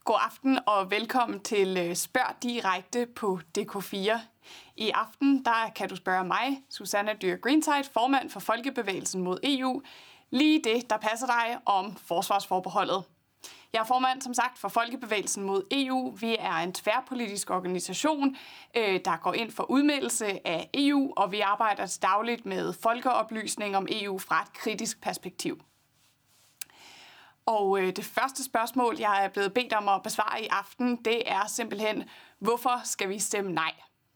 God aften og velkommen til Spørg Direkte på DK4. I aften der kan du spørge mig, Susanna Dyr Greenside, formand for Folkebevægelsen mod EU, lige det, der passer dig om forsvarsforbeholdet. Jeg er formand, som sagt, for Folkebevægelsen mod EU. Vi er en tværpolitisk organisation, der går ind for udmeldelse af EU, og vi arbejder dagligt med folkeoplysning om EU fra et kritisk perspektiv. Og det første spørgsmål, jeg er blevet bedt om at besvare i aften, det er simpelthen, hvorfor skal vi stemme nej?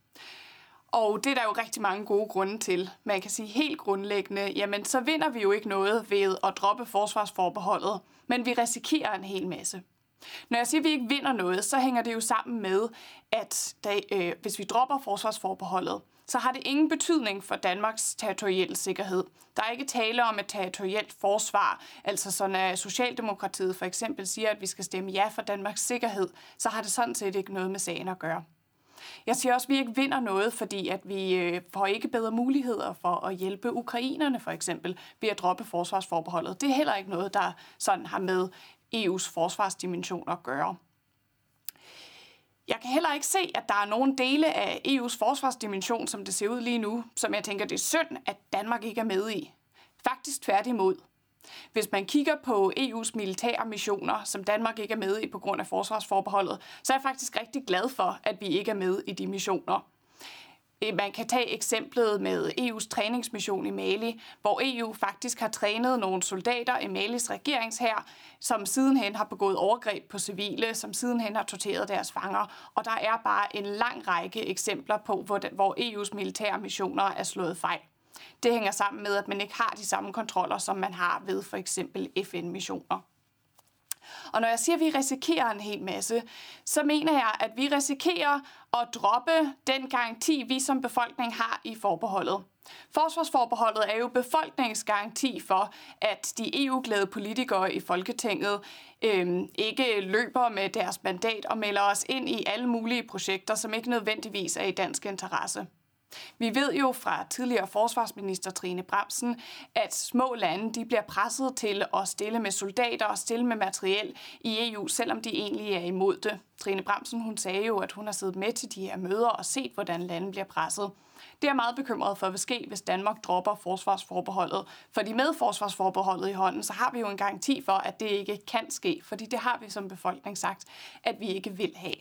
Og det er der jo rigtig mange gode grunde til. Man kan sige helt grundlæggende, jamen så vinder vi jo ikke noget ved at droppe forsvarsforbeholdet, men vi risikerer en hel masse. Når jeg siger, at vi ikke vinder noget, så hænger det jo sammen med, at hvis vi dropper forsvarsforbeholdet, så har det ingen betydning for Danmarks territorielle sikkerhed. Der er ikke tale om et territorielt forsvar, altså så når Socialdemokratiet for eksempel siger, at vi skal stemme ja for Danmarks sikkerhed, så har det sådan set ikke noget med sagen at gøre. Jeg siger også, at vi ikke vinder noget, fordi at vi får ikke bedre muligheder for at hjælpe ukrainerne for eksempel ved at droppe forsvarsforbeholdet. Det er heller ikke noget, der sådan har med EU's forsvarsdimension at gøre. Jeg kan heller ikke se, at der er nogen dele af EU's forsvarsdimension, som det ser ud lige nu, som jeg tænker, det er synd, at Danmark ikke er med i. Faktisk tværtimod. Hvis man kigger på EU's militære missioner, som Danmark ikke er med i på grund af forsvarsforbeholdet, så er jeg faktisk rigtig glad for, at vi ikke er med i de missioner. Man kan tage eksemplet med EU's træningsmission i Mali, hvor EU faktisk har trænet nogle soldater i Malis regeringshær, som sidenhen har begået overgreb på civile, som sidenhen har torteret deres fanger. Og der er bare en lang række eksempler på, hvor EU's militære missioner er slået fejl. Det hænger sammen med, at man ikke har de samme kontroller, som man har ved for eksempel FN-missioner. Og når jeg siger, at vi risikerer en hel masse, så mener jeg, at vi risikerer at droppe den garanti, vi som befolkning har i forbeholdet. Forsvarsforbeholdet er jo befolkningsgaranti for, at de EU-glade politikere i Folketinget ikke løber med deres mandat og melder os ind i alle mulige projekter, som ikke nødvendigvis er i dansk interesse. Vi ved jo fra tidligere forsvarsminister Trine Bramsen, at små lande de bliver presset til at stille med soldater og stille med materiel i EU, selvom de egentlig er imod det. Trine Bramsen hun sagde jo, at hun har siddet med til de her møder og set, hvordan lande bliver presset. Det er meget bekymret for, hvad sker, hvis Danmark dropper forsvarsforbeholdet. Fordi med forsvarsforbeholdet i hånden, så har vi jo en garanti for, at det ikke kan ske. Fordi det har vi som befolkning sagt, at vi ikke vil have.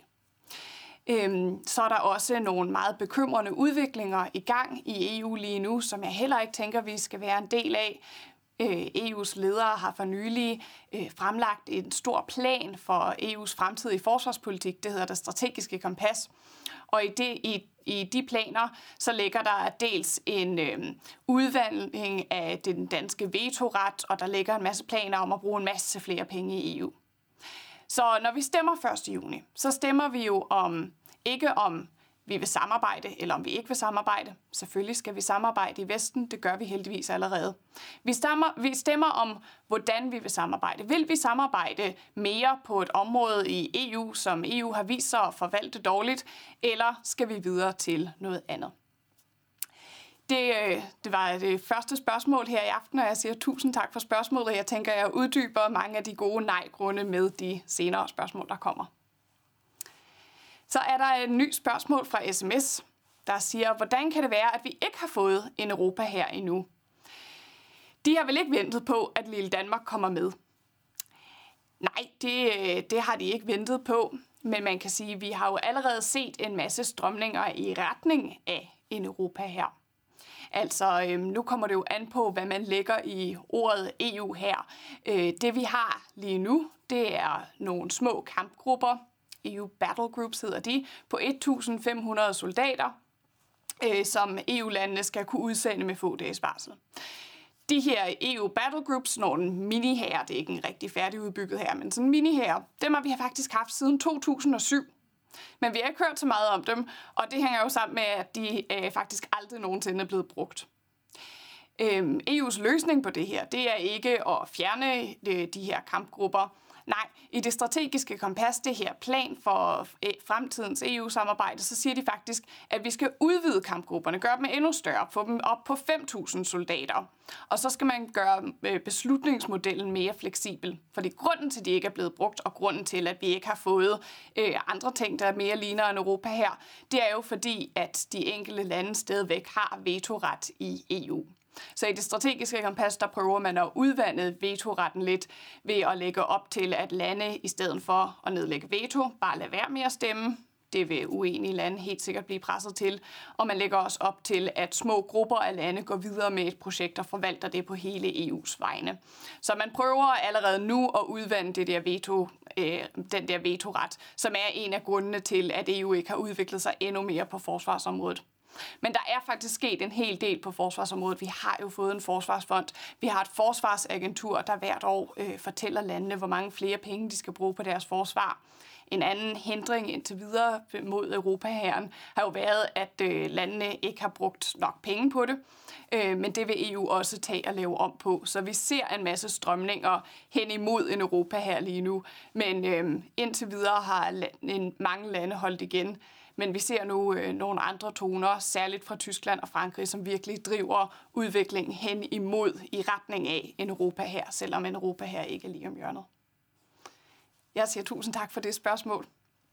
Så er der også nogle meget bekymrende udviklinger i gang i EU lige nu, som jeg heller ikke tænker, vi skal være en del af. EU's ledere har for nylig fremlagt en stor plan for EU's fremtidige forsvarspolitik. Det hedder det strategiske kompas. Og i de planer, så ligger der dels en udvandring af den danske vetoret, og der ligger en masse planer om at bruge en masse flere penge i EU. Så når vi stemmer 1. juni, så stemmer vi jo ikke om vi vil samarbejde, eller om vi ikke vil samarbejde. Selvfølgelig skal vi samarbejde i Vesten, det gør vi heldigvis allerede. Vi stemmer om, hvordan vi vil samarbejde. Vil vi samarbejde mere på et område i EU, som EU har vist sig at forvalte dårligt, eller skal vi videre til noget andet? Det var det første spørgsmål her i aften, og jeg siger tusind tak for spørgsmålet. Jeg tænker, jeg uddyber mange af de gode nej-grunde med de senere spørgsmål, der kommer. Så er der et nyt spørgsmål fra SMS, der siger, hvordan kan det være, at vi ikke har fået en Europa her endnu? De har vel ikke ventet på, at lille Danmark kommer med? Nej, det har de ikke ventet på, men man kan sige, at vi har jo allerede set en masse strømninger i retning af en Europa her. Altså, nu kommer det jo an på, hvad man lægger i ordet EU her. Det vi har lige nu, det er nogle små kampgrupper, EU Battle Groups hedder de, på 1.500 soldater, som EU-landene skal kunne udsende med få dages varsel. De her EU Battle Groups, nogle mini-hære, det er ikke en rigtig færdigudbygget her, men sådan mini-hære, dem har vi faktisk haft siden 2007. Men vi har ikke hørt så meget om dem, og det hænger jo sammen med, at de faktisk aldrig nogensinde er blevet brugt. EU's løsning på det her, det er ikke at fjerne de her kampgrupper. Nej, i det strategiske kompas, det her plan for fremtidens EU-samarbejde, så siger de faktisk, at vi skal udvide kampgrupperne, gøre dem endnu større, få dem op på 5.000 soldater. Og så skal man gøre beslutningsmodellen mere fleksibel. Fordi grunden til, at de ikke er blevet brugt, og grunden til, at vi ikke har fået andre ting, der er mere ligner en Europa her, det er jo fordi, at de enkelte lande stadigvæk har vetoret i EU. Så i det strategiske kompas, der prøver man at udvande vetoretten lidt ved at lægge op til, at lande i stedet for at nedlægge veto, bare lade være med at stemme. Det vil uenige lande helt sikkert blive presset til. Og man lægger også op til, at små grupper af lande går videre med et projekt og forvalter det på hele EU's vegne. Så man prøver allerede nu at udvande det der den der vetoret, som er en af grundene til, at EU ikke har udviklet sig endnu mere på forsvarsområdet. Men der er faktisk sket en hel del på forsvarsområdet. Vi har jo fået en forsvarsfond. Vi har et forsvarsagentur, der hvert år fortæller landene, hvor mange flere penge de skal bruge på deres forsvar. En anden hindring indtil videre mod Europahæren har jo været, at landene ikke har brugt nok penge på det. Men det vil EU også tage og lave om på. Så vi ser en masse strømninger hen imod en Europahær lige nu. Men indtil videre har mange lande holdt igen. Men vi ser nu nogle andre toner, særligt fra Tyskland og Frankrig, som virkelig driver udviklingen hen imod i retning af en Europahær, selvom en Europahær ikke er lige om hjørnet. Jeg siger tusind tak for det spørgsmål.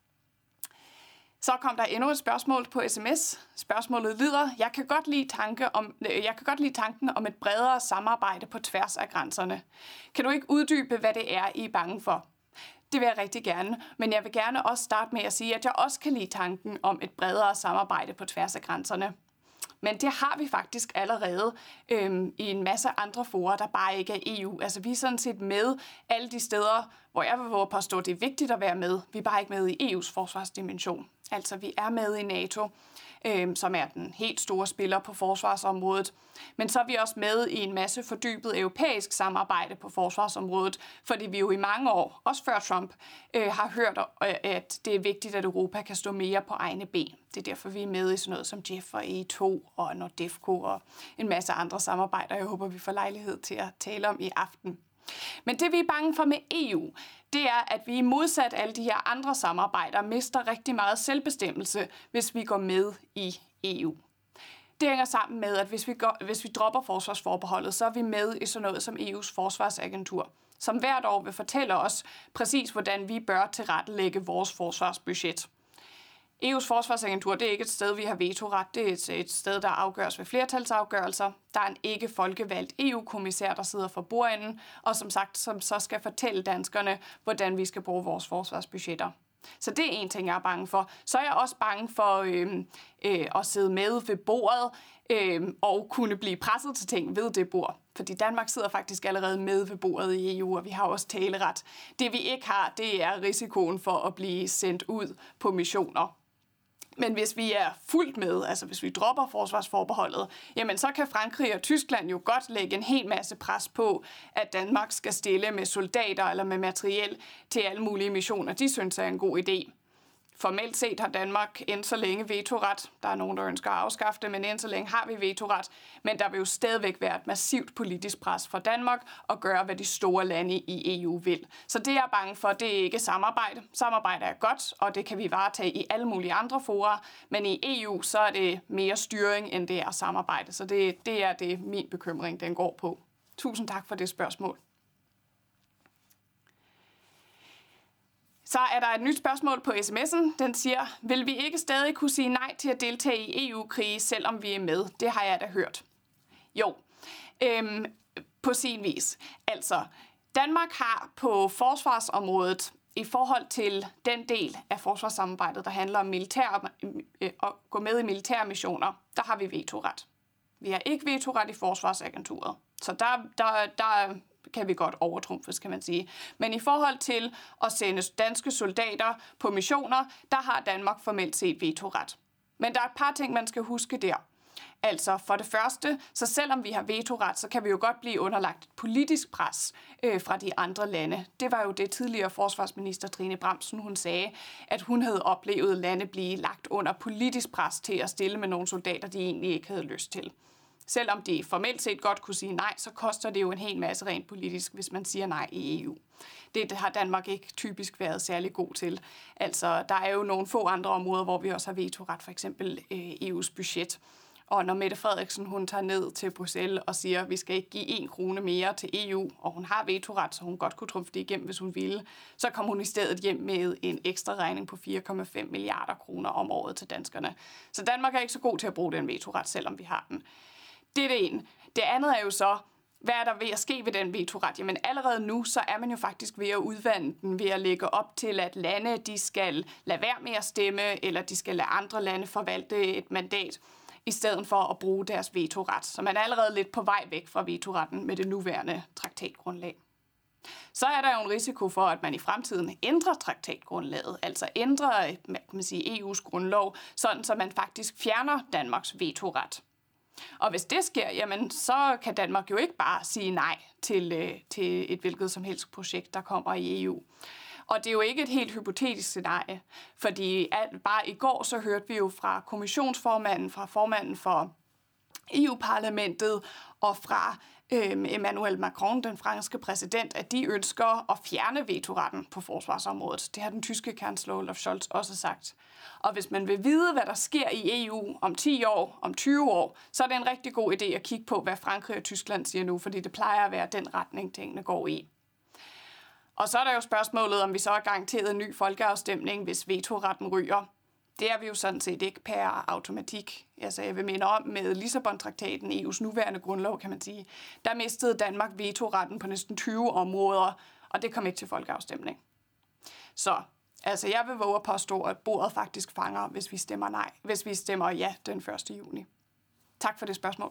Så kom der endnu et spørgsmål på sms. Spørgsmålet lyder: Jeg kan godt lide tanken om et bredere samarbejde på tværs af grænserne. Kan du ikke uddybe, hvad det er, I er bange for? Det vil jeg rigtig gerne, men jeg vil gerne også starte med at sige, at jeg også kan lide tanken om et bredere samarbejde på tværs af grænserne. Men det har vi faktisk allerede i en masse andre fora, der bare ikke er EU. Altså vi er sådan set med alle de steder, hvor jeg vil våge påstå, at det er vigtigt at være med. Vi er bare ikke med i EU's forsvarsdimension. Altså vi er med i NATO, som er den helt store spiller på forsvarsområdet. Men så er vi også med i en masse fordybet europæisk samarbejde på forsvarsområdet, fordi vi jo i mange år, også før Trump, har hørt, at det er vigtigt, at Europa kan stå mere på egne ben. Det er derfor, vi er med i sådan noget som JEF og E2 og NORDEFCO og en masse andre samarbejder, jeg håber, vi får lejlighed til at tale om i aften. Men det, vi er bange for med EU, det er, at vi modsat alle de her andre samarbejder mister rigtig meget selvbestemmelse, hvis vi går med i EU. Det hænger sammen med, at hvis vi dropper forsvarsforbeholdet, så er vi med i sådan noget som EU's forsvarsagentur, som hvert år vil fortælle os præcis, hvordan vi bør tilrettelægge vores forsvarsbudget. EU's forsvarsagentur, det er ikke et sted, vi har vetoret. Det er et sted, der afgøres ved flertalsafgørelser. Der er en ikke folkevalgt EU-kommissær, der sidder for bordenden, og som sagt, som så skal fortælle danskerne, hvordan vi skal bruge vores forsvarsbudgetter. Så det er en ting, jeg er bange for. Så er jeg også bange for at sidde med ved bordet og kunne blive presset til ting ved det bord. Fordi Danmark sidder faktisk allerede med ved bordet i EU, og vi har også taleret. Det vi ikke har, det er risikoen for at blive sendt ud på missioner. Men hvis vi er fuldt med, altså hvis vi dropper forsvarsforbeholdet, jamen så kan Frankrig og Tyskland jo godt lægge en hel masse pres på, at Danmark skal stille med soldater eller med materiel til alle mulige missioner. De synes er en god idé. Formelt set har Danmark end så længe vetoret. Der er nogen, der ønsker at afskaffe det, men end så længe har vi vetoret. Men der vil jo stadigvæk være et massivt politisk pres fra Danmark og gøre, hvad de store lande i EU vil. Så det jeg er bange for, det er ikke samarbejde. Samarbejde er godt, og det kan vi varetage i alle mulige andre fora. Men i EU, så er det mere styring, end det er samarbejde. Så det er det, min bekymring den går på. Tusind tak for det spørgsmål. Så er der et nyt spørgsmål på sms'en. Den siger: vil vi ikke stadig kunne sige nej til at deltage i EU-krige, selvom vi er med? Det har jeg da hørt. Jo, på sin vis. Altså, Danmark har på forsvarsområdet i forhold til den del af forsvarssamarbejdet, der handler om at gå med i militære missioner, der har vi vetoret. Vi har ikke vetoret i forsvarsagenturet. Så der kan vi godt overtrumfes, kan man sige. Men i forhold til at sende danske soldater på missioner, der har Danmark formelt set vetoret. Men der er et par ting, man skal huske der. Altså for det første, så selvom vi har vetoret, så kan vi jo godt blive underlagt et politisk pres fra de andre lande. Det var jo det tidligere forsvarsminister Trine Bramsen, hun sagde, at hun havde oplevet lande blive lagt under politisk pres til at stille med nogle soldater, de egentlig ikke havde lyst til. Selvom de formelt set godt kunne sige nej, så koster det jo en hel masse rent politisk, hvis man siger nej i EU. Det har Danmark ikke typisk været særlig god til. Altså, der er jo nogle få andre områder, hvor vi også har vetoret, for eksempel EU's budget. Og når Mette Frederiksen hun tager ned til Bruxelles og siger, at vi skal ikke give 1 krone mere til EU, og hun har vetoret, så hun godt kunne trumfe det igennem, hvis hun ville, så kom hun i stedet hjem med en ekstra regning på 4,5 milliarder kroner om året til danskerne. Så Danmark er ikke så god til at bruge den vetoret, selvom vi har den. Det er det ene. Det andet er jo så, hvad er der ved at ske ved den vetoret? Jamen allerede nu, så er man jo faktisk ved at udvande den, ved at lægge op til, at lande de skal lade være med at stemme, eller de skal lade andre lande forvalte et mandat, i stedet for at bruge deres vetoret. Så man er allerede lidt på vej væk fra vetoretten med det nuværende traktatgrundlag. Så er der jo en risiko for, at man i fremtiden ændrer traktatgrundlaget, altså ændrer EU's grundlov, sådan så man faktisk fjerner Danmarks vetoret. Og hvis det sker, jamen, så kan Danmark jo ikke bare sige nej til et hvilket som helst projekt, der kommer i EU. Og det er jo ikke et helt hypotetisk scenarie, fordi bare i går så hørte vi jo fra kommissionsformanden, fra formanden for EU-parlamentet og fra Emmanuel Macron, den franske præsident, at de ønsker at fjerne vetoretten på forsvarsområdet. Det har den tyske kansler Olaf Scholz også sagt. Og hvis man vil vide, hvad der sker i EU om 10 år, om 20 år, så er det en rigtig god idé at kigge på, hvad Frankrig og Tyskland siger nu, fordi det plejer at være den retning, tingene går i. Og så er der jo spørgsmålet, om vi så er garanteret en ny folkeafstemning, hvis vetoretten ryger. Det er vi jo sådan set ikke per automatik. Altså jeg vil minde om, med Lissabon-traktaten, EU's nuværende grundlov, kan man sige, der mistede Danmark vetoretten på næsten 20 områder, og det kom ikke til folkeafstemning. Så altså jeg vil våge at påstå, at bordet faktisk fanger, hvis vi stemmer nej, hvis vi stemmer ja den 1. juni. Tak for det spørgsmål.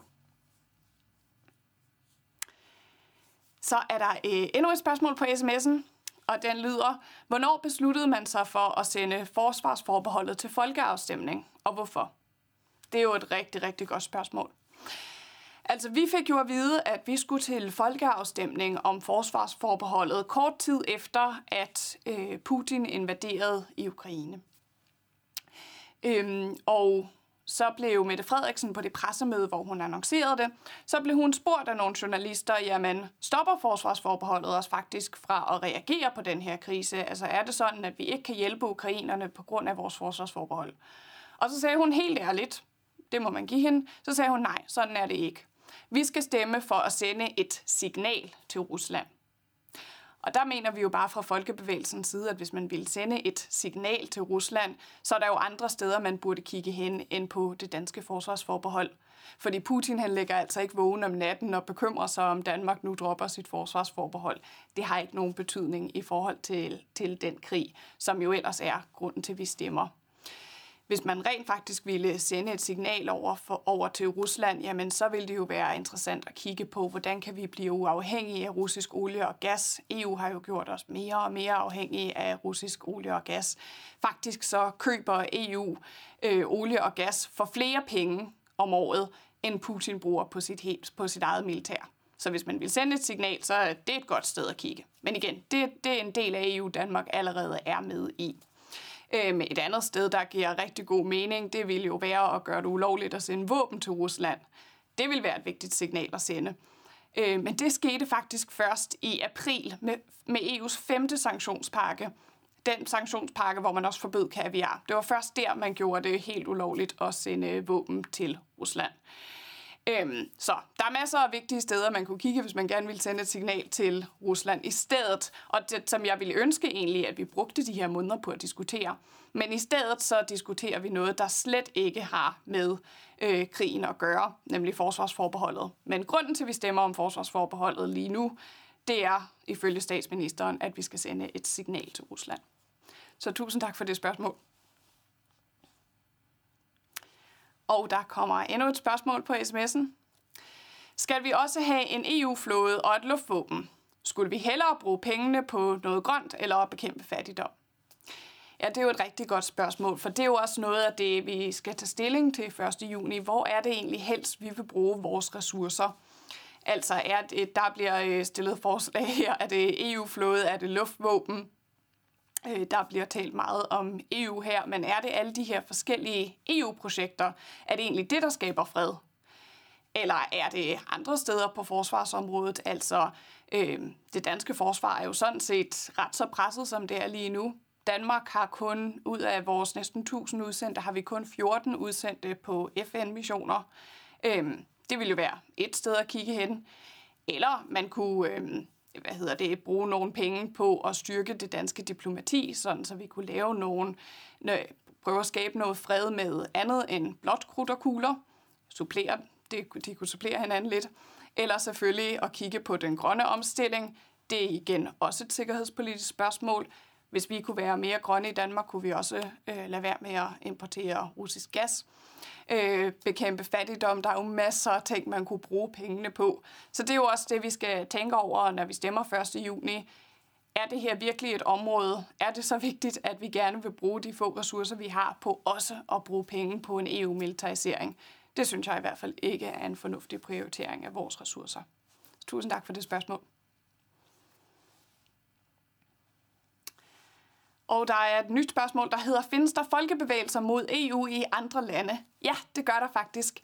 Så er der endnu et spørgsmål på sms'en, og den lyder: hvornår besluttede man sig for at sende forsvarsforbeholdet til folkeafstemning, og hvorfor? Det er jo et rigtig, rigtig godt spørgsmål. Altså, vi fik jo at vide, at vi skulle til folkeafstemning om forsvarsforbeholdet kort tid efter, at Putin invaderede i Ukraine. Og så blev Mette Frederiksen på det pressemøde, hvor hun annoncerede det, så blev hun spurgt af nogle journalister, jamen stopper forsvarsforbeholdet os faktisk fra at reagere på den her krise? Altså er det sådan, at vi ikke kan hjælpe ukrainerne på grund af vores forsvarsforbehold? Og så sagde hun helt ærligt, det må man give hende, så sagde hun nej, sådan er det ikke. Vi skal stemme for at sende et signal til Rusland. Og der mener vi jo bare fra folkebevægelsens side, at hvis man vil sende et signal til Rusland, så er der jo andre steder, man burde kigge hen end på det danske forsvarsforbehold. Fordi Putin han ligger altså ikke vågen om natten og bekymrer sig, om Danmark nu dropper sit forsvarsforbehold. Det har ikke nogen betydning i forhold til den krig, som jo ellers er grunden til, at vi stemmer. Hvis man rent faktisk ville sende et signal over til Rusland, jamen så ville det jo være interessant at kigge på, hvordan kan vi blive uafhængige af russisk olie og gas. EU har jo gjort os mere og mere afhængige af russisk olie og gas. Faktisk så køber EU olie og gas for flere penge om året, end Putin bruger på sit eget militær. Så hvis man vil sende et signal, så er det et godt sted at kigge. Men igen, det er en del af EU, Danmark allerede er med i. Et andet sted, der giver rigtig god mening, det ville jo være at gøre det ulovligt at sende våben til Rusland. Det vil være et vigtigt signal at sende. Men det skete faktisk først i april med EU's 5. sanktionspakke. Den sanktionspakke, hvor man også forbød kaviar. Det var først der, man gjorde det helt ulovligt at sende våben til Rusland. Så der er masser af vigtige steder, man kunne kigge, hvis man gerne ville sende et signal til Rusland i stedet. Og det, som jeg ville ønske egentlig, at vi brugte de her måneder på at diskutere. Men i stedet så diskuterer vi noget, der slet ikke har med krigen at gøre, nemlig forsvarsforbeholdet. Men grunden til, at vi stemmer om forsvarsforbeholdet lige nu, det er ifølge statsministeren, at vi skal sende et signal til Rusland. Så tusind tak for det spørgsmål. Og der kommer endnu et spørgsmål på sms'en. Skal vi også have en EU-flåde og et luftvåben? Skulle vi hellere bruge pengene på noget grønt eller at bekæmpe fattigdom? Ja, det er jo et rigtig godt spørgsmål, for det er jo også noget af det, vi skal tage stilling til 1. juni. Hvor er det egentlig helst, vi vil bruge vores ressourcer? Altså, der bliver stillet forslag her. Er det EU-flåde? Er det luftvåben? Der bliver talt meget om EU her, men er det alle de her forskellige EU-projekter? Er det egentlig det, der skaber fred? Eller er det andre steder på forsvarsområdet? Altså, det danske forsvar er jo sådan set ret så presset, som det er lige nu. Danmark har kun, ud af vores næsten 1000 udsendte, har vi kun 14 udsendte på FN-missioner. Det ville jo være et sted at kigge hen. Eller man kunne bruge nogle penge på at styrke det danske diplomati, sådan så vi kunne prøve at skabe noget fred med andet end blot krudt og kugler. De kunne supplere hinanden lidt. Eller selvfølgelig at kigge på den grønne omstilling. Det er igen også et sikkerhedspolitisk spørgsmål. Hvis vi kunne være mere grønne i Danmark, kunne vi også lade være med at importere russisk gas. Bekæmpe fattigdom. Der er jo masser af ting, man kunne bruge pengene på. Så det er jo også det, vi skal tænke over, når vi stemmer 1. juni. Er det her virkelig et område? Er det så vigtigt, at vi gerne vil bruge de få ressourcer, vi har på også at bruge penge på en EU-militarisering? Det synes jeg i hvert fald ikke er en fornuftig prioritering af vores ressourcer. Tusind tak for det spørgsmål. Og der er et nyt spørgsmål, der hedder, findes der folkebevægelser mod EU i andre lande? Ja, det gør der faktisk.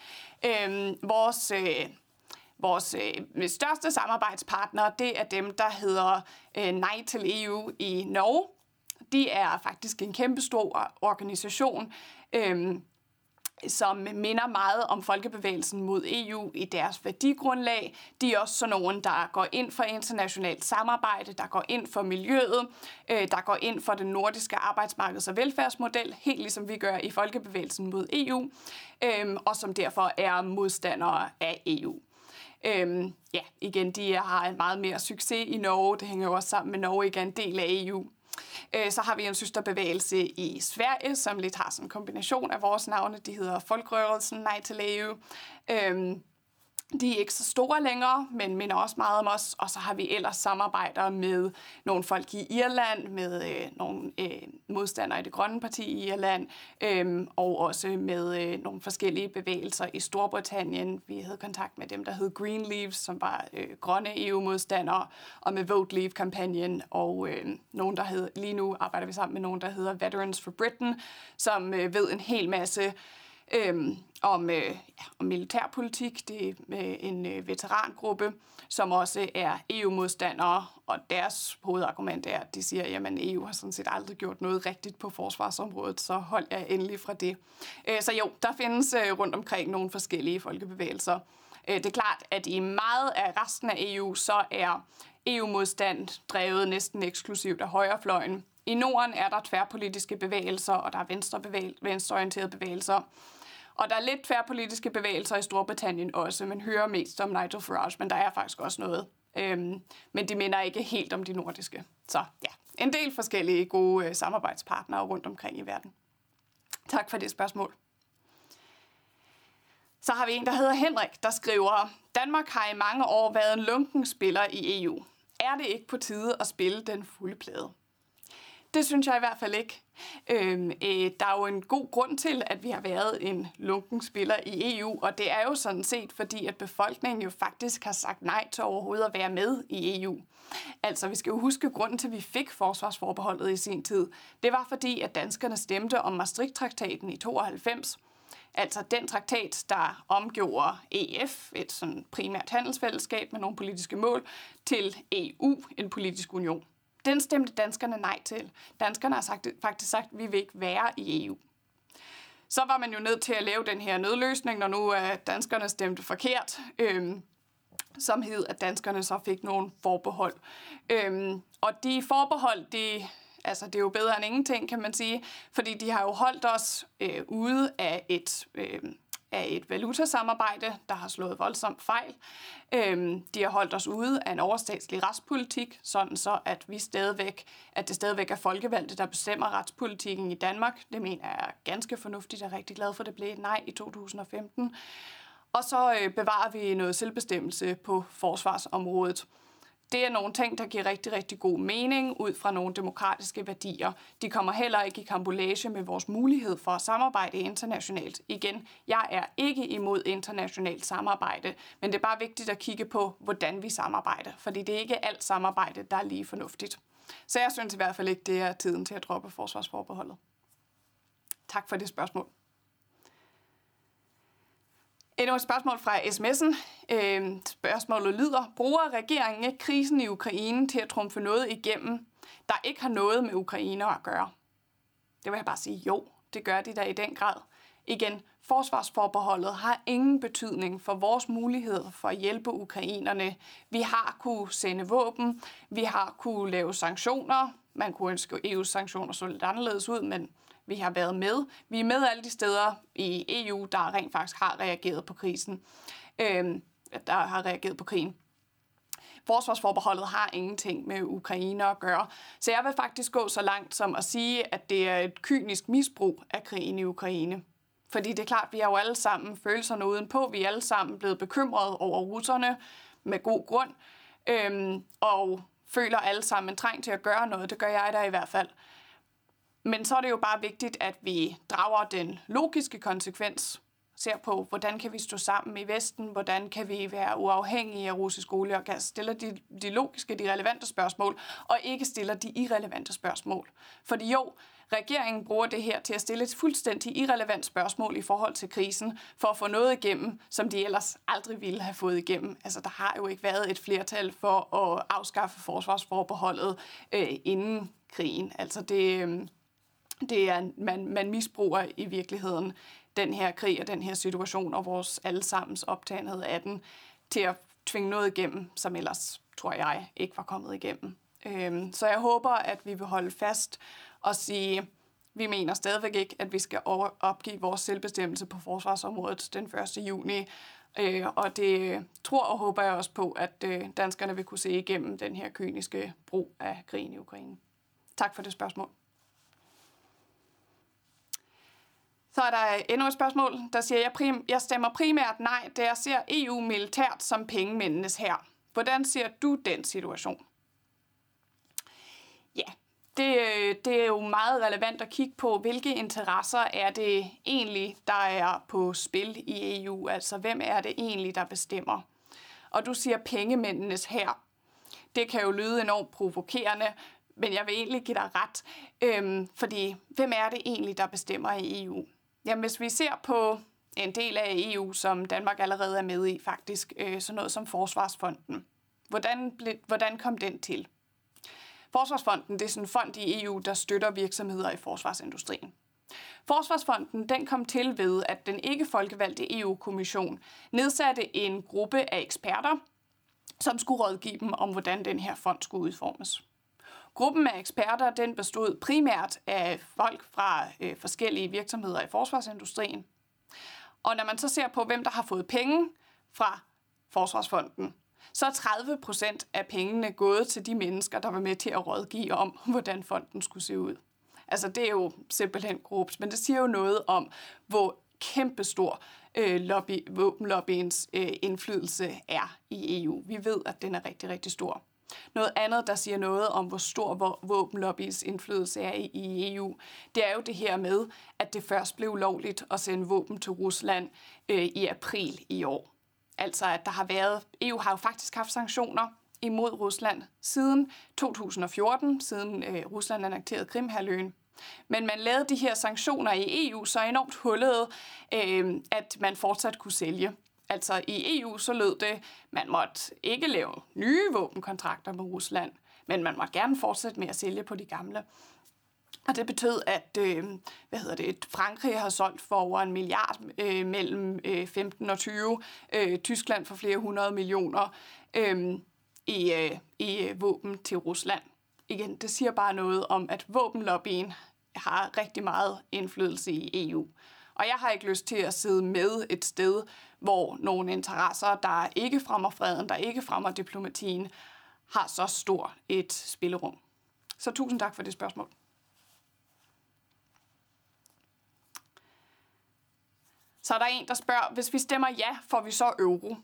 Vores største samarbejdspartnere, det er dem, der hedder Nej til EU i Norge. De er faktisk en kæmpestor organisation, som minder meget om folkebevægelsen mod EU i deres værdigrundlag. De er også sådan nogen, der går ind for internationalt samarbejde, der går ind for miljøet, der går ind for den nordiske arbejdsmarkeds- og velfærdsmodel, helt ligesom vi gør i folkebevægelsen mod EU, og som derfor er modstandere af EU. Igen, de har en meget mere succes i Norge. Det hænger jo også sammen med Norge, ikke er en del af EU. Så har vi en søsterbevægelse i Sverige, som lidt har sådan en kombination af vores navne. De hedder Folkrørelsen Nej til EU. De er ikke så store længere, men minder også meget om os. Og så har vi ellers samarbejder med nogle folk i Irland, med nogle modstandere i det grønne parti i Irland, og også med nogle forskellige bevægelser i Storbritannien. Vi havde kontakt med dem, der hed Green Leaves, som var grønne EU-modstandere, og med Vote Leave-kampagnen, og nogen, der hed, lige nu arbejder vi sammen med nogen, der hedder Veterans for Britain, som ved en hel masse om militærpolitik. Det er en veterangruppe, som også er EU-modstandere, og deres hovedargument er, at de siger, at EU har sådan set aldrig gjort noget rigtigt på forsvarsområdet, så hold jer endelig fra det. Så jo, der findes rundt omkring nogle forskellige folkebevægelser. Det er klart, at i meget af resten af EU, så er EU-modstand drevet næsten eksklusivt af højrefløjen. I Norden er der tværpolitiske bevægelser, og der er venstreorienterede bevægelser. Og der er lidt tværpolitiske bevægelser i Storbritannien også. Man hører mest om Nigel Farage, men der er faktisk også noget. Men de minder ikke helt om de nordiske. Så ja, en del forskellige gode samarbejdspartnere rundt omkring i verden. Tak for det spørgsmål. Så har vi en, der hedder Henrik, der skriver, Danmark har i mange år været en lunken spiller i EU. Er det ikke på tide at spille den fulde plade? Det synes jeg i hvert fald ikke. Der er jo en god grund til, at vi har været en lunken spiller i EU, og det er jo sådan set, fordi at befolkningen jo faktisk har sagt nej til overhovedet at være med i EU. Altså, vi skal jo huske, grunden til, at vi fik forsvarsforbeholdet i sin tid. Det var fordi, at danskerne stemte om Maastricht-traktaten i 92. Altså den traktat, der omgjorde EF, et sådan primært handelsfællesskab med nogle politiske mål, til EU, en politisk union. Den stemte danskerne nej til. Danskerne har faktisk sagt, at vi vil ikke være i EU. Så var man jo nødt til at lave den her nødløsning, når nu danskerne stemte forkert, som hed, at danskerne så fik nogle forbehold. Og de forbehold, det er jo bedre end ingenting, kan man sige, fordi de har jo holdt os ude af et valutasamarbejde, der har slået voldsomt fejl. De har holdt os ude af en overstatslig retspolitik, sådan så at det stadigvæk er folkevalgte, der bestemmer retspolitikken i Danmark. Det mener jeg er ganske fornuftigt. Jeg er rigtig glad for, at det blev et nej i 2015. Og så bevarer vi noget selvbestemmelse på forsvarsområdet. Det er nogle ting, der giver rigtig, rigtig god mening ud fra nogle demokratiske værdier. De kommer heller ikke i karambolage med vores mulighed for at samarbejde internationalt. Igen, jeg er ikke imod internationalt samarbejde, men det er bare vigtigt at kigge på, hvordan vi samarbejder, fordi det er ikke alt samarbejde, der er lige fornuftigt. Så jeg synes i hvert fald ikke, det er tiden til at droppe forsvarsforbeholdet. Tak for det spørgsmål. Endnu et spørgsmål fra sms'en. Spørgsmålet lyder: bruger regeringen ikke krisen i Ukraine til at trumfe noget igennem, der ikke har noget med Ukraine at gøre? Det vil jeg bare sige, jo, det gør de da i den grad. Igen, forsvarsforbeholdet har ingen betydning for vores mulighed for at hjælpe ukrainerne. Vi har kunne sende våben, vi har kunne lave sanktioner. Man kunne ønske, at EU's sanktioner så lidt anderledes ud, men vi har været med. Vi er med alle de steder i EU, der rent faktisk har reageret på krisen. Der har reageret på krigen. Forsvarsforbeholdet har ingenting med Ukraine at gøre. Så jeg vil faktisk gå så langt som at sige, at det er et kynisk misbrug af krigen i Ukraine. Fordi det er klart, vi har jo alle sammen følelserne udenpå. Vi er alle sammen blevet bekymrede over russerne med god grund. Og føler alle sammen en trang til at gøre noget. Det gør jeg da i hvert fald. Men så er det jo bare vigtigt, at vi drager den logiske konsekvens, ser på, hvordan kan vi stå sammen i Vesten, hvordan kan vi være uafhængige af russisk olie og gas, stiller de logiske, de relevante spørgsmål, og ikke stiller de irrelevante spørgsmål. Fordi jo, regeringen bruger det her til at stille et fuldstændig irrelevant spørgsmål i forhold til krisen, for at få noget igennem, som de ellers aldrig ville have fået igennem. Altså, der har jo ikke været et flertal for at afskaffe forsvarsforbeholdet inden krigen. Altså, det er, man misbruger i virkeligheden den her krig og den her situation og vores allesammens optagenhed af den til at tvinge noget igennem, som ellers, tror jeg, ikke var kommet igennem. Så jeg håber, at vi vil holde fast og sige, vi mener stadigvæk ikke, at vi skal opgive vores selvbestemmelse på forsvarsområdet den 1. juni. Og det tror og håber jeg også på, at danskerne vil kunne se igennem den her kyniske brug af krigen i Ukraine. Tak for det spørgsmål. Så er der endnu et spørgsmål, der siger, jeg stemmer primært nej, da jeg ser EU militært som pengemændenes hær. Hvordan ser du den situation? Ja, det er jo meget relevant at kigge på, hvilke interesser er det egentlig, der er på spil i EU. Altså, hvem er det egentlig, der bestemmer? Og du siger pengemændenes hær. Det kan jo lyde enormt provokerende, men jeg vil egentlig give dig ret. Fordi, hvem er det egentlig, der bestemmer i EU? Jamen, hvis vi ser på en del af EU, som Danmark allerede er med i faktisk, sådan noget som Forsvarsfonden. Hvordan kom den til? Forsvarsfonden, det er sådan en fond i EU, der støtter virksomheder i forsvarsindustrien. Forsvarsfonden, den kom til ved, at den ikke folkevalgte EU-kommission nedsatte en gruppe af eksperter, som skulle rådgive dem om, hvordan den her fond skulle udformes. Gruppen af eksperter, den bestod primært af folk fra forskellige virksomheder i forsvarsindustrien. Og når man så ser på, hvem der har fået penge fra Forsvarsfonden, så er 30% af pengene gået til de mennesker, der var med til at rådgive om, hvordan fonden skulle se ud. Altså, det er jo simpelthen grups, men det siger jo noget om, hvor kæmpestor våbenlobbyens indflydelse er i EU. Vi ved, at den er rigtig, rigtig stor. Noget andet, der siger noget om, hvor stor våbenlobbyens indflydelse er i EU, det er jo det her med, at det først blev lovligt at sende våben til Rusland i april i år. Altså, at EU har jo faktisk haft sanktioner imod Rusland siden 2014, siden Rusland annekterede Krimhalvøen. Men man lavede de her sanktioner i EU så enormt hullede, at man fortsat kunne sælge. Altså i EU så lød det, man måtte ikke lave nye våbenkontrakter med Rusland, men man måtte gerne fortsætte med at sælge på de gamle. Og det betød, at Frankrig har solgt for over 1 milliard mellem 15 og 20, Tyskland for flere 100 millioner i våben til Rusland. Igen, det siger bare noget om, at våbenlobbyen har rigtig meget indflydelse i EU. Og jeg har ikke lyst til at sidde med et sted, hvor nogle interesser, der ikke fremmer freden, der ikke fremmer diplomatien, har så stort et spillerum. Så tusind tak for det spørgsmål. Så er der en, der spørger, hvis vi stemmer ja, får vi så euro?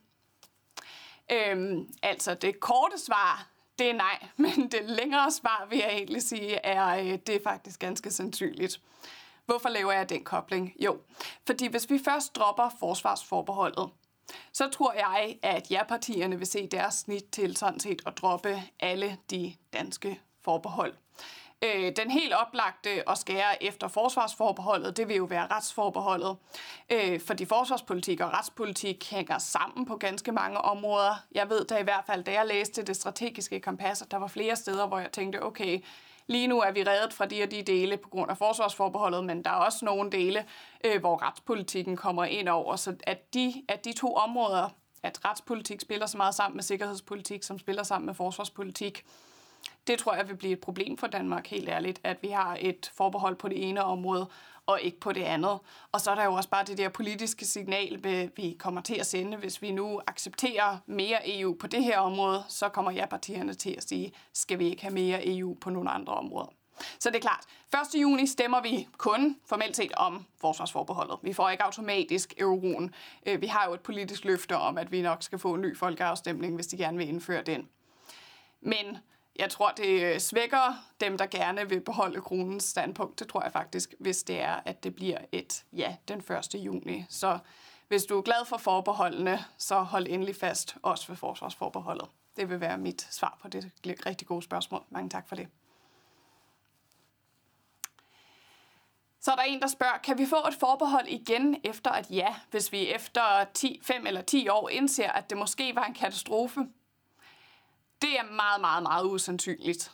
Altså det korte svar, det er nej, men det længere svar, vil jeg egentlig sige, det er faktisk ganske sandsynligt. Hvorfor laver jeg den kobling? Jo, fordi hvis vi først dropper forsvarsforbeholdet, så tror jeg, at ja-partierne vil se deres snit til sådan set at droppe alle de danske forbehold. Den helt oplagte at skære efter forsvarsforbeholdet, det vil jo være retsforbeholdet. Fordi forsvarspolitik og retspolitik hænger sammen på ganske mange områder. Jeg ved da i hvert fald, da jeg læste det strategiske kompas, at der var flere steder, hvor jeg tænkte, okay, lige nu er vi reddet fra de og de dele på grund af forsvarsforbeholdet, men der er også nogle dele, hvor retspolitikken kommer ind over. Så at de to områder, at retspolitik spiller så meget sammen med sikkerhedspolitik, som spiller sammen med forsvarspolitik, det tror jeg vil blive et problem for Danmark, helt ærligt, at vi har et forbehold på det ene område, og ikke på det andet. Og så er der jo også bare det der politiske signal, vi kommer til at sende. Hvis vi nu accepterer mere EU på det her område, så kommer ja-partierne til at sige, skal vi ikke have mere EU på nogle andre områder. Så det er klart, 1. juni stemmer vi kun formelt set om forsvarsforbeholdet. Vi får ikke automatisk euroen. Vi har jo et politisk løfte om, at vi nok skal få en ny folkeafstemning, hvis de gerne vil indføre den. Men jeg tror, det svækker dem, der gerne vil beholde kronens standpunkt. Det tror jeg faktisk, hvis det er, at det bliver et ja den 1. juni. Så hvis du er glad for forbeholdene, så hold endelig fast også ved forsvarsforbeholdet. Det vil være mit svar på det rigtig gode spørgsmål. Mange tak for det. Så er der en, der spørger, kan vi få et forbehold igen efter et ja, hvis vi efter 5 eller 10 år indser, at det måske var en katastrofe? Det er meget, meget, meget usandsynligt.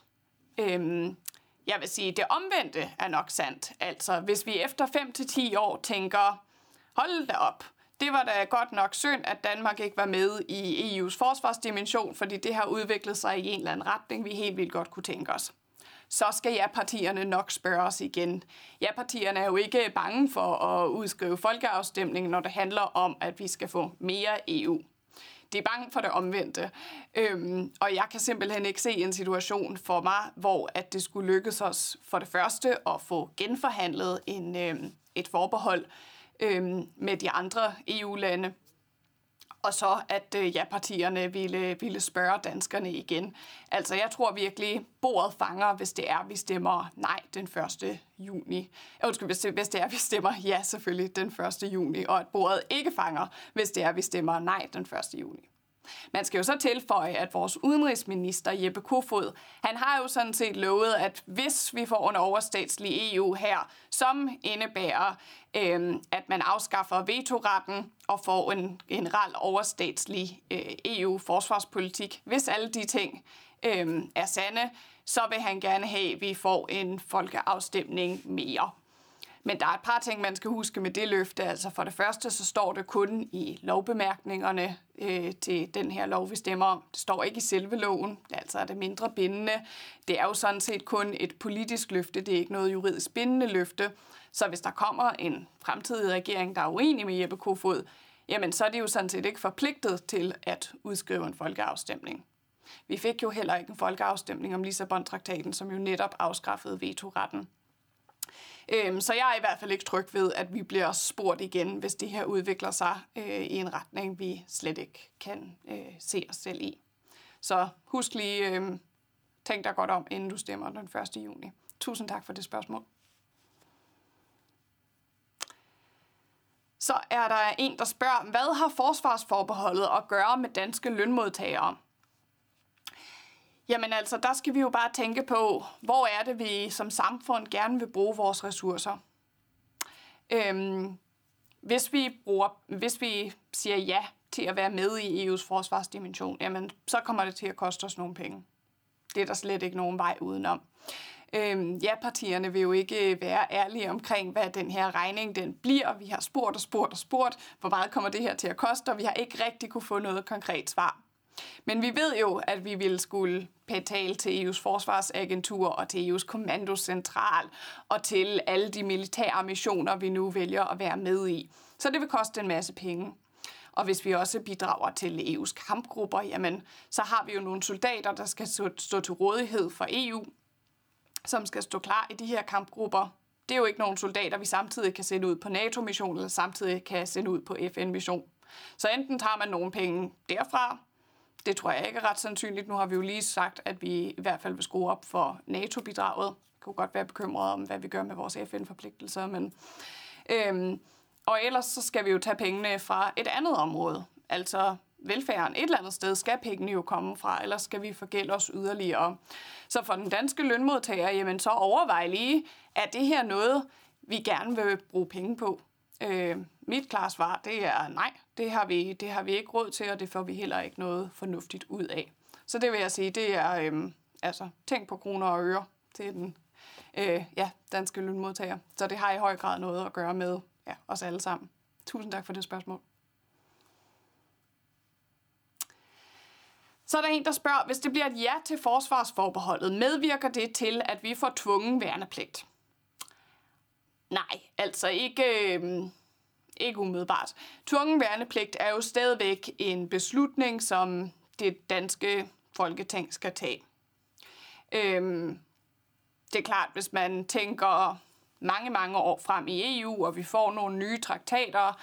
Jeg vil sige, at det omvendte er nok sandt. Altså, hvis vi efter 5 til 10 år tænker, hold da op, det var da godt nok synd, at Danmark ikke var med i EU's forsvarsdimension, fordi det har udviklet sig i en eller anden retning, vi helt vildt godt kunne tænke os. Så skal ja-partierne nok spørge os igen. Ja-partierne er jo ikke bange for at udskrive folkeafstemning, når det handler om, at vi skal få mere EU. De er bange for det omvendte. Og jeg kan simpelthen ikke se en situation for mig, hvor at det skulle lykkes os for det første at få genforhandlet et forbehold med de andre EU-lande, og så at ja-partierne ville spørge danskerne igen. Altså jeg tror virkelig, bordet fanger, hvis det er, vi stemmer nej den 1. juni. Hvis det er, vi stemmer ja selvfølgelig den 1. juni, og at bordet ikke fanger, hvis det er, vi stemmer nej den 1. juni. Man skal jo så tilføje, at vores udenrigsminister Jeppe Kofod, han har jo sådan set lovet, at hvis vi får en overstatslig EU her, som indebærer, at man afskaffer vetoretten og får en generel overstatslig EU-forsvarspolitik, hvis alle de ting er sande, så vil han gerne have, at vi får en folkeafstemning mere. Men der er et par ting, man skal huske med det løfte. Altså for det første, så står det kun i lovbemærkningerne til den her lov, vi stemmer om. Det står ikke i selve loven, altså er det mindre bindende. Det er jo sådan set kun et politisk løfte, det er ikke noget juridisk bindende løfte. Så hvis der kommer en fremtidig regering, der er uenig med Jeppe Kofod, jamen så er de jo sådan set ikke forpligtet til at udskrive en folkeafstemning. Vi fik jo heller ikke en folkeafstemning om Lissabon-traktaten, som jo netop afskaffede vetoretten. Så jeg er i hvert fald ikke tryg ved, at vi bliver spurgt igen, hvis det her udvikler sig i en retning, vi slet ikke kan se os selv i. Så husk lige, tænk dig godt om, inden du stemmer den 1. juni. Tusind tak for det spørgsmål. Så er der en, der spørger, hvad har forsvarsforbeholdet at gøre med danske lønmodtagere? Jamen altså, der skal vi jo bare tænke på, hvor er det, vi som samfund gerne vil bruge vores ressourcer. Hvis vi siger ja til at være med i EU's forsvarsdimension, jamen så kommer det til at koste os nogle penge. Det er der slet ikke nogen vej udenom. Ja-partierne vil jo ikke være ærlige omkring, hvad den her regning den bliver. Vi har spurgt, hvor meget kommer det her til at koste, og vi har ikke rigtig kunne få noget konkret svar. Men vi ved jo, at vi ville skulle betale til EU's forsvarsagentur og til EU's kommandocentral og til alle de militære missioner, vi nu vælger at være med i. Så det vil koste en masse penge. Og hvis vi også bidrager til EU's kampgrupper, jamen, så har vi jo nogle soldater, der skal stå til rådighed for EU, som skal stå klar i de her kampgrupper. Det er jo ikke nogle soldater, vi samtidig kan sende ud på NATO-mission, eller samtidig kan sende ud på FN-mission. Så enten tager man nogle penge derfra. Det tror jeg ikke er ret sandsynligt. Nu har vi jo lige sagt, at vi i hvert fald vil skrue op for NATO-bidraget. Jeg kunne godt være bekymret om, hvad vi gør med vores FN-forpligtelser. Men, og ellers så skal vi jo tage pengene fra et andet område. Altså, velfærden et eller andet sted skal pengene jo komme fra, ellers skal vi forgælde os yderligere. Så for den danske lønmodtager, jamen så overvej lige, er det her noget, vi gerne vil bruge penge på? Mit klare svar, det er nej, det har vi ikke råd til, og det får vi heller ikke noget fornuftigt ud af. Så det vil jeg sige, det er tænk på kroner og øre til den danske lønmodtager. Så det har i høj grad noget at gøre med os alle sammen. Tusind tak for det spørgsmål. Så er der en, der spørger, hvis det bliver et ja til forsvarsforbeholdet, medvirker det til, at vi får tvungen værnepligt? Nej, altså ikke umiddelbart. Tvungen værnepligt er jo stadigvæk en beslutning, som det danske Folketing skal tage. Det er klart, hvis man tænker mange år frem i EU, og vi får nogle nye traktater.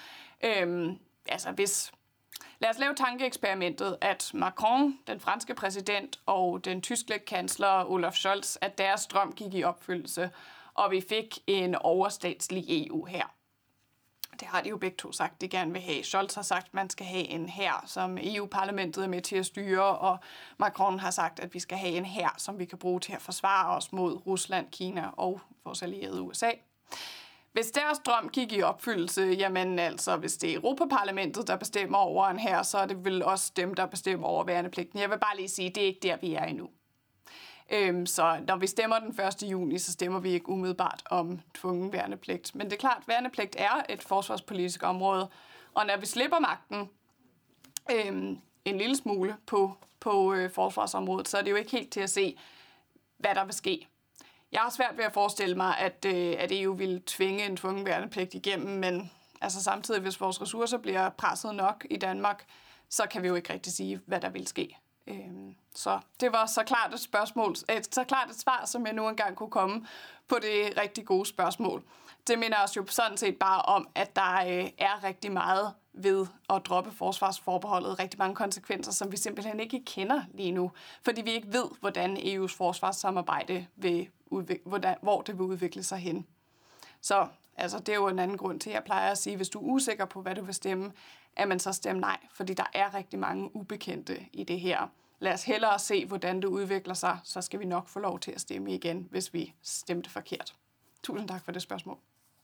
Lad os lave tankeeksperimentet, at Macron, den franske præsident, og den tyske kansler Olaf Scholz, at deres drøm gik i opfyldelse, og vi fik en overstatslig EU her. Det har de jo begge to sagt, de gerne vil have. Scholz har sagt, at man skal have en hær, som EU-parlamentet er med til at styre, og Macron har sagt, at vi skal have en hær, som vi kan bruge til at forsvare os mod Rusland, Kina og vores allierede USA. Hvis deres drøm gik i opfyldelse, jamen altså, hvis det er Europaparlamentet, der bestemmer over en hær, så er det vel også dem, der bestemmer over værnepligten. Jeg vil bare lige sige, at det er ikke der, vi er endnu. Så når vi stemmer den 1. juni, så stemmer vi ikke umiddelbart om tvungen værnepligt. Men det er klart, at værnepligt er et forsvarspolitisk område, og når vi slipper magten en lille smule på forsvarsområdet, så er det jo ikke helt til at se, hvad der vil ske. Jeg har svært ved at forestille mig, at EU vil tvinge en tvungen værnepligt igennem, men altså samtidig, hvis vores ressourcer bliver presset nok i Danmark, så kan vi jo ikke rigtig sige, hvad der vil ske. Så det var så klart et svar, som jeg nu engang kunne komme på det rigtig gode spørgsmål. Det minder os jo sådan set bare om, at der er rigtig meget ved at droppe forsvarsforbeholdet, rigtig mange konsekvenser, som vi simpelthen ikke kender lige nu, fordi vi ikke ved, hvordan EU's forsvarssamarbejde hvor det vil udvikle sig hen. Så altså, det er jo en anden grund til, at jeg plejer at sige, hvis du er usikker på, hvad du vil stemme, at man så stemmer nej, fordi der er rigtig mange ubekendte i det her. Lad os hellere se, hvordan det udvikler sig, så skal vi nok få lov til at stemme igen, hvis vi stemte forkert. Tusind tak for det spørgsmål.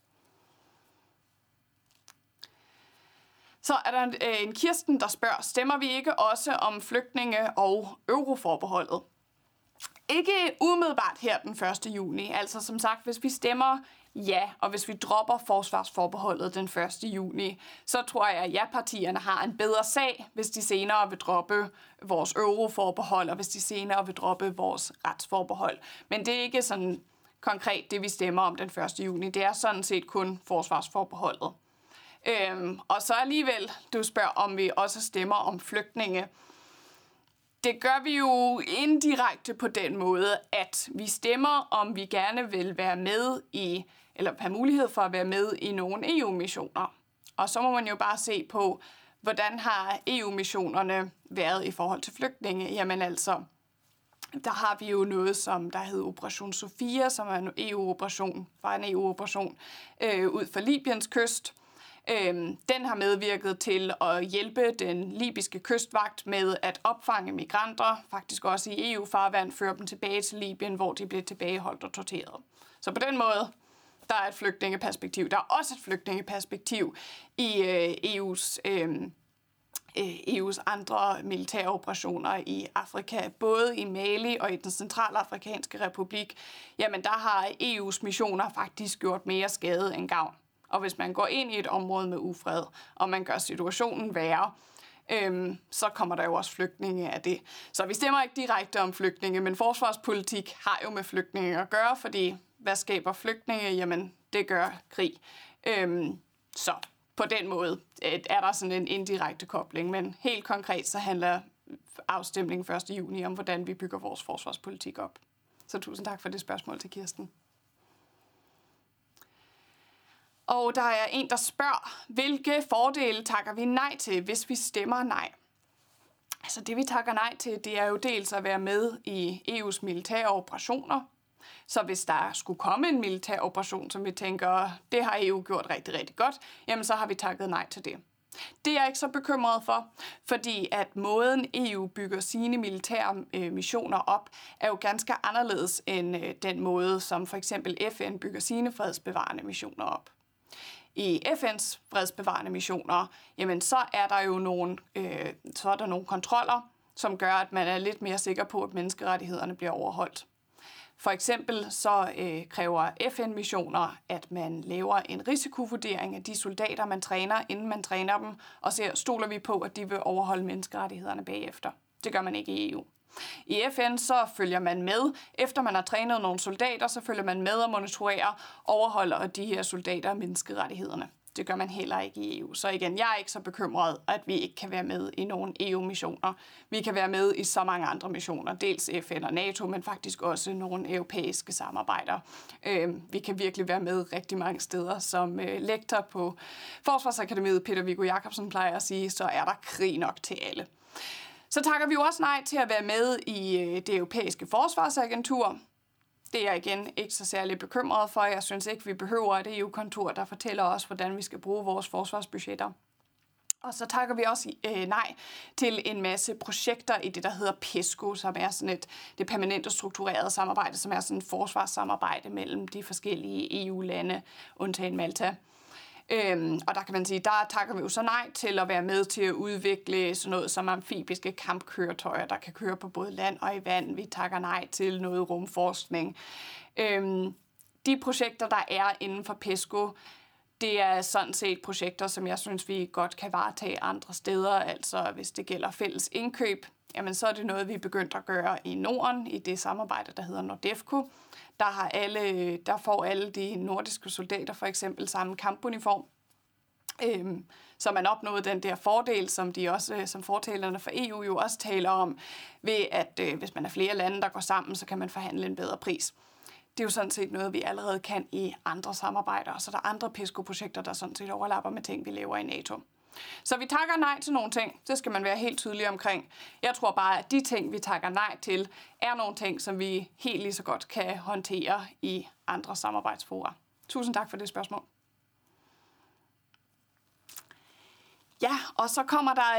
Så er der en Kirsten, der spørger, stemmer vi ikke også om flygtninge og euroforbeholdet? Ikke umiddelbart her den 1. juni. Altså som sagt, hvis vi stemmer ja, og hvis vi dropper forsvarsforbeholdet den 1. juni, så tror jeg, at ja-partierne har en bedre sag, hvis de senere vil droppe vores euroforbehold, og hvis de senere vil droppe vores retsforbehold. Men det er ikke sådan konkret det, vi stemmer om den 1. juni. Det er sådan set kun forsvarsforbeholdet. Og så alligevel, du spørger, om vi også stemmer om flygtninge. Det gør vi jo indirekte på den måde, at vi stemmer, om vi gerne vil være med i, eller have mulighed for at være med i nogle EU-missioner. Og så må man jo bare se på, hvordan har EU-missionerne været i forhold til flygtninge. Jamen altså, der har vi jo noget, som der hedder Operation Sophia, som er en EU-operation, ud for Libyens kyst. Den har medvirket til at hjælpe den libyske kystvagt med at opfange migranter, faktisk også i EU-farvand, føre dem tilbage til Libyen, hvor de blev tilbageholdt og torteret. Så på den måde, der er et flygtningeperspektiv. Der er også et flygtningeperspektiv i EU's andre militære operationer i Afrika, både i Mali og i den centralafrikanske republik. Jamen, der har EU's missioner faktisk gjort mere skade end gavn. Og hvis man går ind i et område med ufred, og man gør situationen værre, så kommer der jo også flygtninge af det. Så vi stemmer ikke direkte om flygtninge, men forsvarspolitik har jo med flygtninge at gøre, fordi hvad skaber flygtninge? Jamen, det gør krig. Så på den måde er der sådan en indirekte kobling, men helt konkret så handler afstemningen 1. juni om, hvordan vi bygger vores forsvarspolitik op. Så tusind tak for det spørgsmål til Kirsten. Og der er en, der spørger, hvilke fordele takker vi nej til, hvis vi stemmer nej? Altså det, vi takker nej til, det er jo dels at være med i EU's militære operationer. Så hvis der skulle komme en militær operation, som vi tænker, det har EU gjort rigtig, rigtig godt, jamen så har vi takket nej til det. Det er jeg ikke så bekymret for, fordi at måden EU bygger sine militære missioner op, er jo ganske anderledes end den måde, som for eksempel FN bygger sine fredsbevarende missioner op. I FN's fredsbevarende missioner, jamen så er der jo nogle kontroller, som gør, at man er lidt mere sikker på, at menneskerettighederne bliver overholdt. For eksempel så kræver FN-missioner, at man laver en risikovurdering af de soldater, man træner, inden man træner dem, og så stoler vi på, at de vil overholde menneskerettighederne bagefter. Det gør man ikke i EU. I FN så følger man med, efter man har trænet nogle soldater, så følger man med og monitorerer, overholder de her soldater menneskerettighederne. Det gør man heller ikke i EU. Så igen, jeg er ikke så bekymret, at vi ikke kan være med i nogle EU-missioner. Vi kan være med i så mange andre missioner, dels FN og NATO, men faktisk også nogle europæiske samarbejder. Vi kan virkelig være med rigtig mange steder. Som lektor på Forsvarsakademiet, Peter Viggo Jacobsen, plejer at sige, så er der krig nok til alle. Så takker vi jo også nej til at være med i det europæiske forsvarsagentur. Det er jeg igen ikke så særlig bekymret for. Jeg synes ikke, vi behøver et EU-kontor, der fortæller os, hvordan vi skal bruge vores forsvarsbudgetter. Og så takker vi også nej til en masse projekter i det, der hedder PESCO, som er sådan det permanente strukturerede samarbejde, som er sådan et forsvarssamarbejde mellem de forskellige EU-lande, undtagen Malta. Og der kan man sige, der takker vi jo så nej til at være med til at udvikle sådan noget som amfibiske kampkøretøjer, der kan køre på både land og i vand. Vi takker nej til noget rumforskning. De projekter, der er inden for PESCO, det er sådan set projekter, som jeg synes, vi godt kan varetage andre steder. Altså hvis det gælder fælles indkøb, jamen så er det noget, vi er begyndt at gøre i Norden, i det samarbejde, der hedder NORDEFCO. Der får alle de nordiske soldater for eksempel samme kampuniform. Så man opnåede den der fordel, som de også, som fortalerne for EU jo også taler om, ved at hvis man er flere lande, der går sammen, så kan man forhandle en bedre pris. Det er jo sådan set noget, vi allerede kan i andre samarbejder, og så er der andre PESCO-projekter, der sådan set overlapper med ting, vi laver i NATO. Så vi takker nej til nogle ting. Det skal man være helt tydelig omkring. Jeg tror bare, at de ting, vi takker nej til, er nogle ting, som vi helt lige så godt kan håndtere i andre samarbejdsfora. Tusind tak for det spørgsmål. Ja, og så kommer der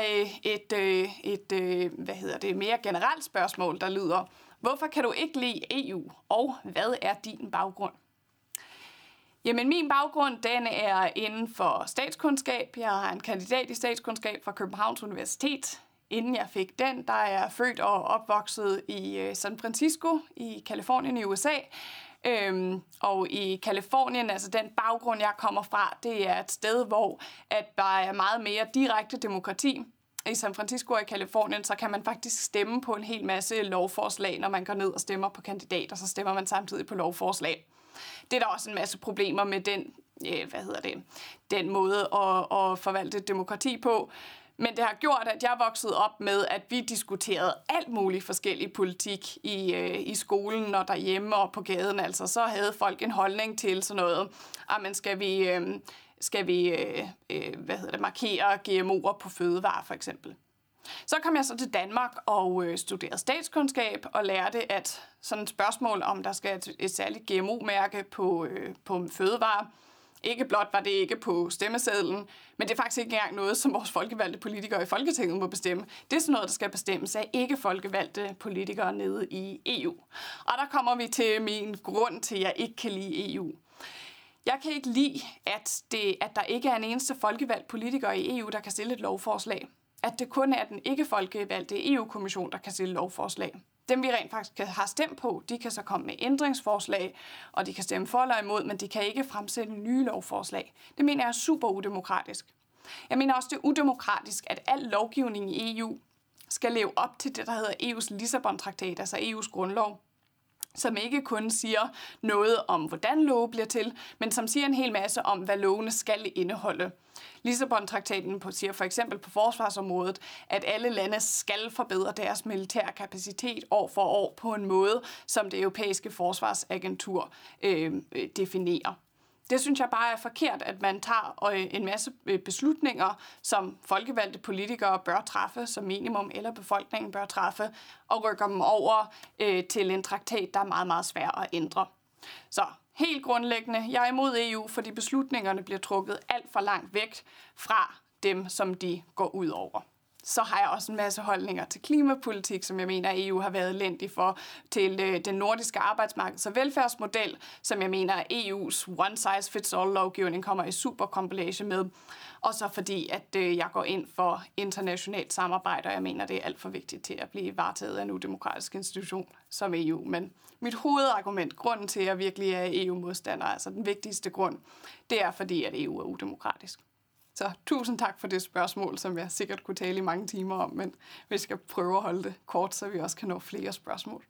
et mere generelt spørgsmål, der lyder: hvorfor kan du ikke lide EU, og hvad er din baggrund? Jamen, min baggrund, den er inden for statskundskab. Jeg har en kandidat i statskundskab fra Københavns Universitet. Inden jeg fik den, der er jeg født og opvokset i San Francisco i Californien i USA. Og i Californien, altså den baggrund, jeg kommer fra, det er et sted, hvor at der er meget mere direkte demokrati. I San Francisco og i Californien, så kan man faktisk stemme på en hel masse lovforslag, når man går ned og stemmer på kandidater, så stemmer man samtidig på lovforslag. Det er der også en masse problemer med den måde at forvalte demokrati på. Men det har gjort, at jeg voksede op med, at vi diskuterede alt muligt forskellig politik i skolen og derhjemme og på gaden. Altså så havde folk en holdning til sådan noget. Men skal vi markere GMO'er på fødevarer for eksempel. Så kom jeg så til Danmark og studerede statskundskab og lærte, at sådan et spørgsmål, om der skal et særligt GMO-mærke på fødevarer, ikke blot var det ikke på stemmesedlen, men det er faktisk ikke engang noget, som vores folkevalgte politikere i Folketinget må bestemme. Det er sådan noget, der skal bestemmes af ikke folkevalgte politikere nede i EU. Og der kommer vi til min grund til, at jeg ikke kan lide EU. Jeg kan ikke lide, at der ikke er en eneste folkevalgt politiker i EU, der kan stille et lovforslag. At det kun er den ikke folkevalgte EU-kommission, der kan stille lovforslag. Dem vi rent faktisk har stemt på, de kan så komme med ændringsforslag, og de kan stemme for eller imod, men de kan ikke fremsætte nye lovforslag. Det mener jeg er super udemokratisk. Jeg mener også, det er udemokratisk, at al lovgivning i EU skal leve op til det, der hedder EU's Lissabon-traktat, altså EU's grundlov, som ikke kun siger noget om, hvordan love bliver til, men som siger en hel masse om, hvad lovene skal indeholde. Lissabon-traktaten siger for eksempel på forsvarsområdet, at alle lande skal forbedre deres militære kapacitet år for år på en måde, som det europæiske forsvarsagentur definerer. Det synes jeg bare er forkert, at man tager en masse beslutninger, som folkevalgte politikere bør træffe som minimum, eller befolkningen bør træffe, og rykker dem over til en traktat, der er meget, meget svær at ændre. Så helt grundlæggende, jeg er imod EU, fordi beslutningerne bliver trukket alt for langt væk fra dem, som de går ud over. Så har jeg også en masse holdninger til klimapolitik, som jeg mener, EU har været elendig for, til den nordiske arbejdsmarkeds- og velfærdsmodel, som jeg mener, EU's one-size-fits-all-lovgivning kommer i super compilation med. Og så fordi, at jeg går ind for internationalt samarbejde, og jeg mener, det er alt for vigtigt til at blive varetaget af en udemokratisk institution som EU. Men mit hovedargument, grunden til, at jeg virkelig er EU-modstander, altså den vigtigste grund, det er fordi, at EU er udemokratisk. Så tusind tak for det spørgsmål, som jeg sikkert kunne tale i mange timer om, men vi skal prøve at holde det kort, så vi også kan nå flere spørgsmål.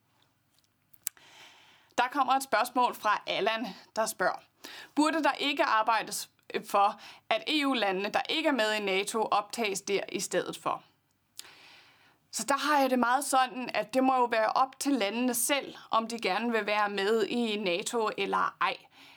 Der kommer et spørgsmål fra Allan, der spørger: burde der ikke arbejdes for, at EU-landene, der ikke er med i NATO, optages der i stedet for? Så der har jeg det meget sådan, at det må jo være op til landene selv, om de gerne vil være med i NATO eller ej.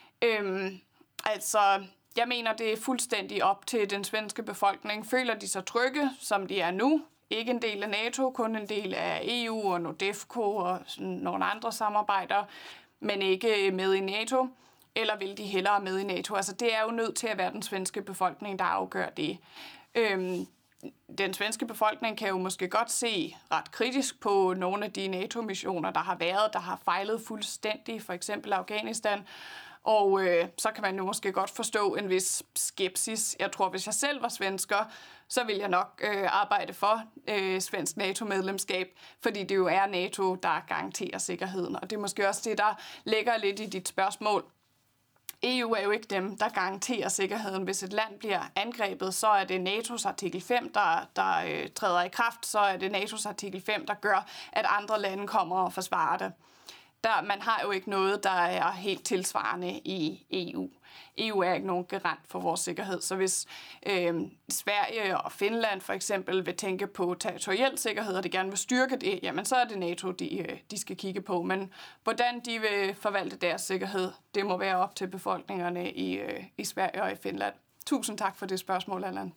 Jeg mener, det er fuldstændig op til den svenske befolkning. Føler de sig trygge, som de er nu? Ikke en del af NATO, kun en del af EU og NORDEFCO og sådan nogle andre samarbejder, men ikke med i NATO. Eller vil de hellere med i NATO? Altså, det er jo nødt til at være den svenske befolkning, der afgør det. Den svenske befolkning kan jo måske godt se ret kritisk på nogle af de NATO-missioner, der har været, der har fejlet fuldstændig, for eksempel Afghanistan. Og så kan man jo måske godt forstå en vis skepsis. Jeg tror, hvis jeg selv var svensker, så ville jeg nok arbejde for svensk NATO-medlemskab, fordi det jo er NATO, der garanterer sikkerheden. Og det er måske også det, der ligger lidt i dit spørgsmål. EU er jo ikke dem, der garanterer sikkerheden. Hvis et land bliver angrebet, så er det NATO's artikel 5, der træder i kraft. Så er det NATO's artikel 5, der gør, at andre lande kommer og forsvarer det. Man har jo ikke noget, der er helt tilsvarende i EU. EU er ikke nogen garant for vores sikkerhed. Så hvis Sverige og Finland for eksempel vil tænke på territoriel sikkerhed, og de gerne vil styrke det, jamen så er det NATO, de skal kigge på. Men hvordan de vil forvalte deres sikkerhed, det må være op til befolkningerne i Sverige og i Finland. Tusind tak for det spørgsmål, Allan.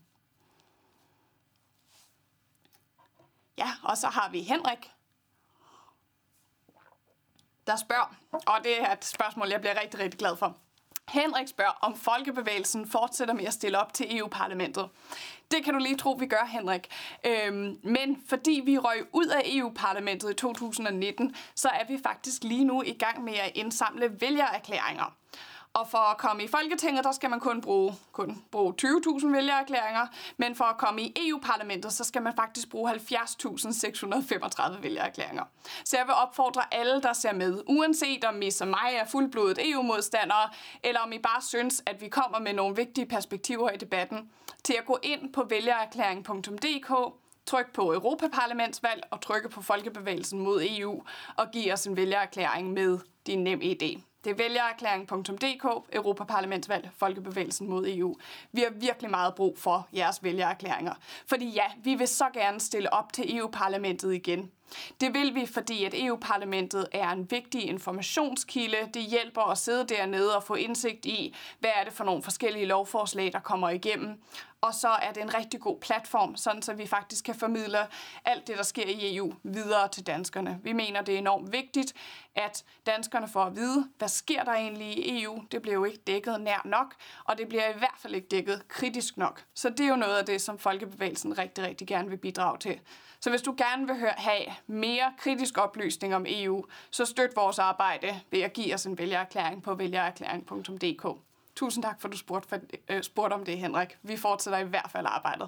Ja, og så har vi Henrik, der spørger, og det er et spørgsmål, jeg bliver rigtig, rigtig glad for. Henrik spørger, om Folkebevægelsen fortsætter med at stille op til EU-parlamentet. Det kan du lige tro, vi gør, Henrik. Men fordi vi røg ud af EU-parlamentet i 2019, så er vi faktisk lige nu i gang med at indsamle vælgererklæringer. Og for at komme i Folketinget, der skal man kun bruge 20.000 vælgererklæringer, men for at komme i EU-parlamentet, så skal man faktisk bruge 70.635 vælgererklæringer. Så jeg vil opfordre alle, der ser med, uanset om I som mig er fuldblodet EU-modstandere, eller om I bare synes, at vi kommer med nogle vigtige perspektiver i debatten, til at gå ind på vælgererklæring.dk, tryk på Europaparlamentsvalg og trykke på Folkebevægelsen mod EU og give os en vælgererklæring med din NemID. Det er vælgererklæring.dk, Europaparlamentsvalg, Folkebevægelsen mod EU. Vi har virkelig meget brug for jeres vælgererklæringer. Fordi ja, vi vil så gerne stille op til EU-parlamentet igen. Det vil vi, fordi at EU-parlamentet er en vigtig informationskilde. Det hjælper at sidde dernede og få indsigt i, hvad er det for nogle forskellige lovforslag, der kommer igennem. Og så er det en rigtig god platform, sådan så vi faktisk kan formidle alt det, der sker i EU, videre til danskerne. Vi mener, det er enormt vigtigt, at danskerne får at vide, hvad sker der egentlig i EU. Det bliver jo ikke dækket nær nok, og det bliver i hvert fald ikke dækket kritisk nok. Så det er jo noget af det, som Folkebevægelsen rigtig, rigtig gerne vil bidrage til. Så hvis du gerne vil have mere kritisk oplysning om EU, så støt vores arbejde ved at give os en vælgererklæring på vælgererklæring.dk. Tusind tak for, at du spurgte om det, Henrik. Vi fortsætter i hvert fald arbejdet.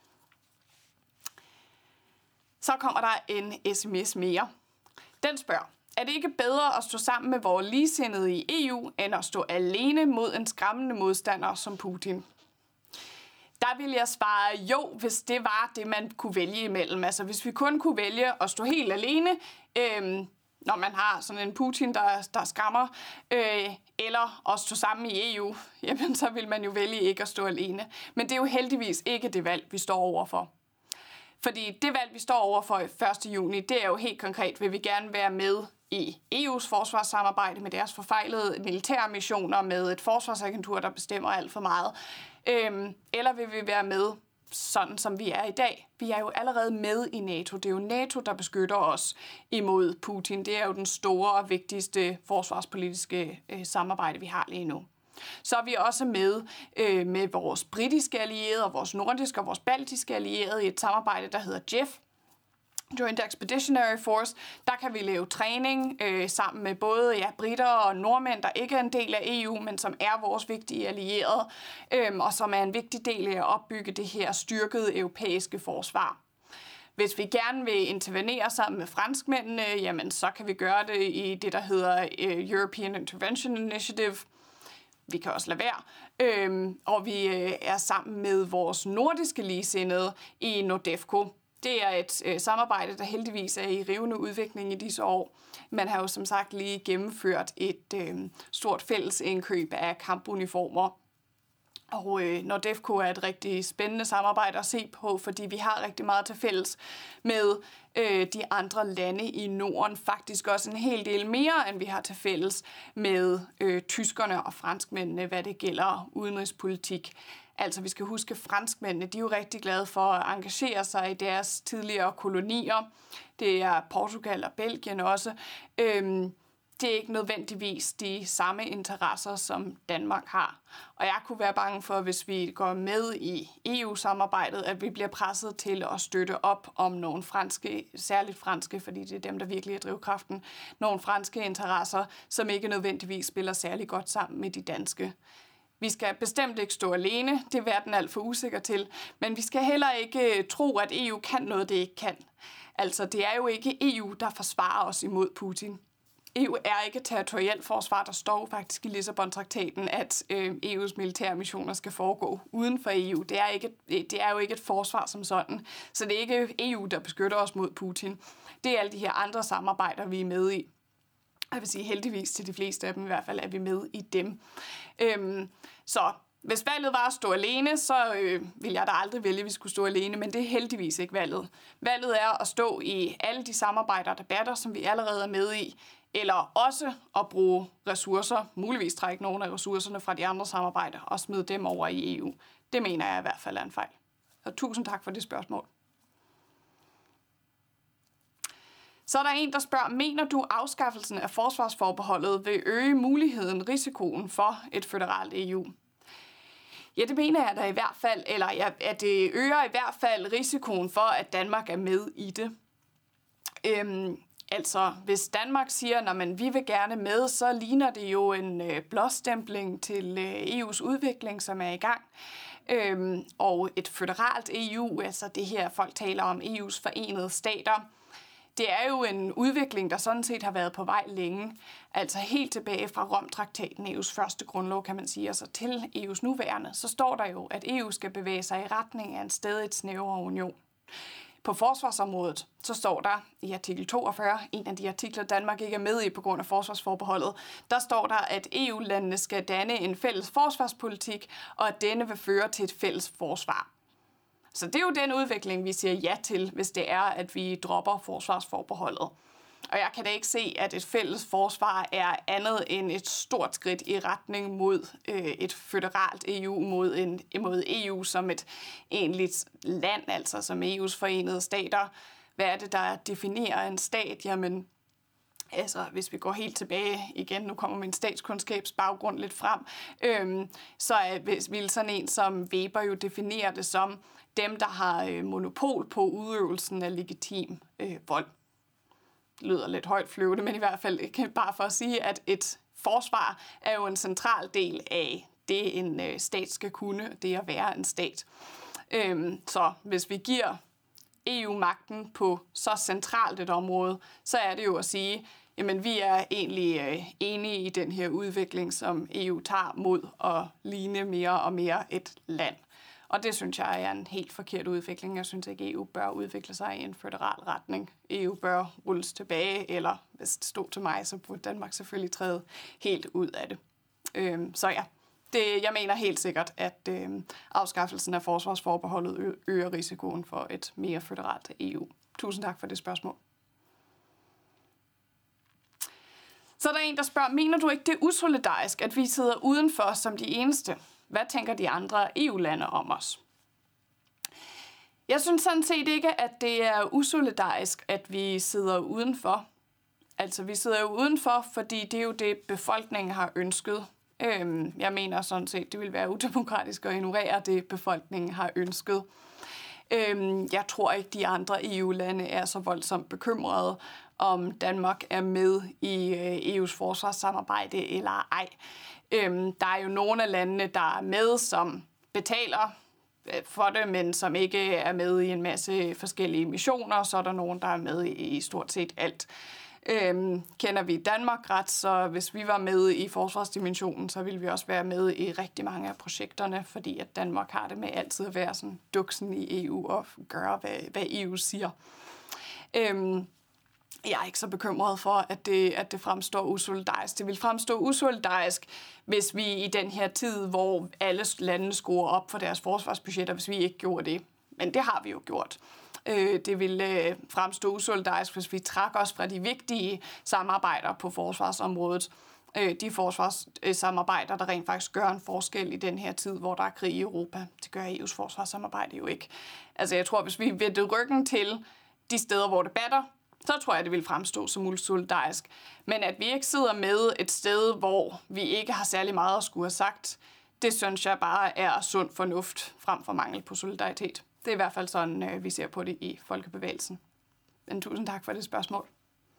Så kommer der en sms mere. Den spørger: er det ikke bedre at stå sammen med vores ligesindede i EU, end at stå alene mod en skræmmende modstander som Putin? Der vil jeg svare jo, hvis det var det, man kunne vælge imellem. Altså hvis vi kun kunne vælge at stå helt alene, når man har sådan en Putin, der skræmmer, eller at stå sammen i EU, jamen så vil man jo vælge ikke at stå alene. Men det er jo heldigvis ikke det valg, vi står overfor. Fordi det valg, vi står overfor 1. juni, det er jo helt konkret, vil vi gerne være med i EU's forsvarssamarbejde med deres forfejlede militære missioner, med et forsvarsagentur, der bestemmer alt for meget. Eller vil vi være med sådan, som vi er i dag? Vi er jo allerede med i NATO. Det er jo NATO, der beskytter os imod Putin. Det er jo den store og vigtigste forsvarspolitiske samarbejde, vi har lige nu. Så er vi også med vores britiske allierede og vores nordiske og vores baltiske allierede i et samarbejde, der hedder JEF, Joint Expeditionary Force. Der kan vi lave træning sammen med både britter og nordmænd, der ikke er en del af EU, men som er vores vigtige allierede, og som er en vigtig del af at opbygge det her styrkede europæiske forsvar. Hvis vi gerne vil intervenere sammen med franskmændene, jamen så kan vi gøre det i det, der hedder European Intervention Initiative. Vi kan også lade være. Og vi er sammen med vores nordiske ligesindede i NORDEFCO. Det er et samarbejde, der heldigvis er i rivende udvikling i disse år. Man har jo som sagt lige gennemført et stort fælles indkøb af kampuniformer. Og NORDEFCO er et rigtig spændende samarbejde at se på, fordi vi har rigtig meget til fælles med de andre lande i Norden. Faktisk også en hel del mere, end vi har til fælles med tyskerne og franskmændene, hvad det gælder udenrigspolitik. Altså vi skal huske, franskmændene, de er jo rigtig glade for at engagere sig i deres tidligere kolonier. Det er Portugal og Belgien også. Det er ikke nødvendigvis de samme interesser, som Danmark har. Og jeg kunne være bange for, hvis vi går med i EU-samarbejdet, at vi bliver presset til at støtte op om nogle franske, særligt franske, fordi det er dem, der virkelig er drivkraften, nogle franske interesser, som ikke nødvendigvis spiller særlig godt sammen med de danske. Vi skal bestemt ikke stå alene, det er verden alt for usikker til, men vi skal heller ikke tro, at EU kan noget, det ikke kan. Altså, det er jo ikke EU, der forsvarer os imod Putin. EU er ikke territorielt forsvar, der står faktisk i Lissabon-traktaten, at EU's militære missioner skal foregå uden for EU. Det er jo ikke et forsvar som sådan, så det er ikke EU, der beskytter os mod Putin. Det er alle de her andre samarbejder, vi er med i. Jeg vil sige heldigvis til de fleste af dem i hvert fald, er vi med i dem. Så hvis valget var at stå alene, så vil jeg da aldrig vælge, at vi skulle stå alene, men det er heldigvis ikke valget. Valget er at stå i alle de samarbejder og debatter, som vi allerede er med i, eller også at bruge ressourcer, muligvis trække nogle af ressourcerne fra de andre samarbejder og smide dem over i EU. Det mener jeg i hvert fald er en fejl. Så tusind tak for det spørgsmål. Så er der en, der spørger, mener du afskaffelsen af forsvarsforbeholdet vil øge muligheden, risikoen for et føderalt EU? Ja, det mener jeg da i hvert fald, eller at det øger i hvert fald risikoen for, at Danmark er med i det. Altså, hvis Danmark siger, at vi vil gerne med, så ligner det jo en blåstempling til EU's udvikling, som er i gang. Og et føderalt EU, altså det her, folk taler om EU's forenede stater, det er jo en udvikling, der sådan set har været på vej længe. Altså helt tilbage fra Romtraktaten, EU's første grundlov, kan man sige, og så til EU's nuværende, så står der jo, at EU skal bevæge sig i retning af en stadigt snævrere union. På forsvarsområdet, så står der i artikel 42, en af de artikler, Danmark ikke er med i på grund af forsvarsforbeholdet, der står der, at EU-landene skal danne en fælles forsvarspolitik, og at denne vil føre til et fælles forsvar. Så det er jo den udvikling, vi siger ja til, hvis det er, at vi dropper forsvarsforbeholdet. Og jeg kan da ikke se, at et fælles forsvar er andet end et stort skridt i retning mod et føderalt EU, mod EU som et egentligt land, altså som EU's forenede stater. Hvad er det, der definerer en stat? Jamen, altså, hvis vi går helt tilbage igen, nu kommer min statskundskabsbaggrund lidt frem, så vil sådan en som Weber jo definere det som dem, der har monopol på udøvelsen af legitim vold. Det lyder lidt højt flyvende, men i hvert fald bare for at sige, at et forsvar er jo en central del af det, en stat skal kunne, det at være en stat. Så hvis vi giver EU-magten på så centralt et område, så er det jo at sige, jamen vi er egentlig enige i den her udvikling, som EU tager mod at ligne mere og mere et land. Og det synes jeg er en helt forkert udvikling. Jeg synes ikke, EU bør udvikle sig i en føderal retning. EU bør rulles tilbage, eller hvis det stod til mig, så burde Danmark selvfølgelig træde helt ud af det. Så ja, jeg mener helt sikkert, at afskaffelsen af forsvarsforbeholdet øger risikoen for et mere føderalt EU. Tusind tak for det spørgsmål. Så er der en, der spørger, mener du ikke, det er usolidarisk, at vi sidder udenfor som de eneste? Hvad tænker de andre EU-lande om os? Jeg synes sådan set ikke, at det er usolidarisk, at vi sidder udenfor. Altså, vi sidder jo udenfor, fordi det er jo det, befolkningen har ønsket. Jeg mener sådan set, det vil være udemokratisk at ignorere det, befolkningen har ønsket. Jeg tror ikke, de andre EU-lande er så voldsomt bekymrede, om Danmark er med i EU's forsvarssamarbejde eller ej. Der er jo nogle af landene, der er med, som betaler for det, men som ikke er med i en masse forskellige missioner. Så er der nogen, der er med i stort set alt. Kender vi Danmark ret, så hvis vi var med i forsvarsdimensionen, så ville vi også være med i rigtig mange af projekterne, fordi at Danmark har det med altid at være sådan duksen i EU og gøre, hvad EU siger. Jeg er ikke så bekymret for, at det fremstår usolidarisk. Det vil fremstå usolidarisk, hvis vi i den her tid, hvor alle lande skruer op for deres forsvarsbudgetter, hvis vi ikke gjorde det. Men det har vi jo gjort. Det vil fremstå usolidarisk, hvis vi trækker os fra de vigtige samarbejder på forsvarsområdet. De forsvarssamarbejder, der rent faktisk gør en forskel i den her tid, hvor der er krig i Europa. Det gør EU's forsvarssamarbejde jo ikke. Altså jeg tror, hvis vi vendte ryggen til de steder, hvor det batter, så tror jeg, det vil fremstå som usolidarisk. Men at vi ikke sidder med et sted, hvor vi ikke har særlig meget at skulle have sagt, det synes jeg bare er sund fornuft frem for mangel på solidaritet. Det er i hvert fald sådan, vi ser på det i Folkebevægelsen. Men tusind tak for det spørgsmål.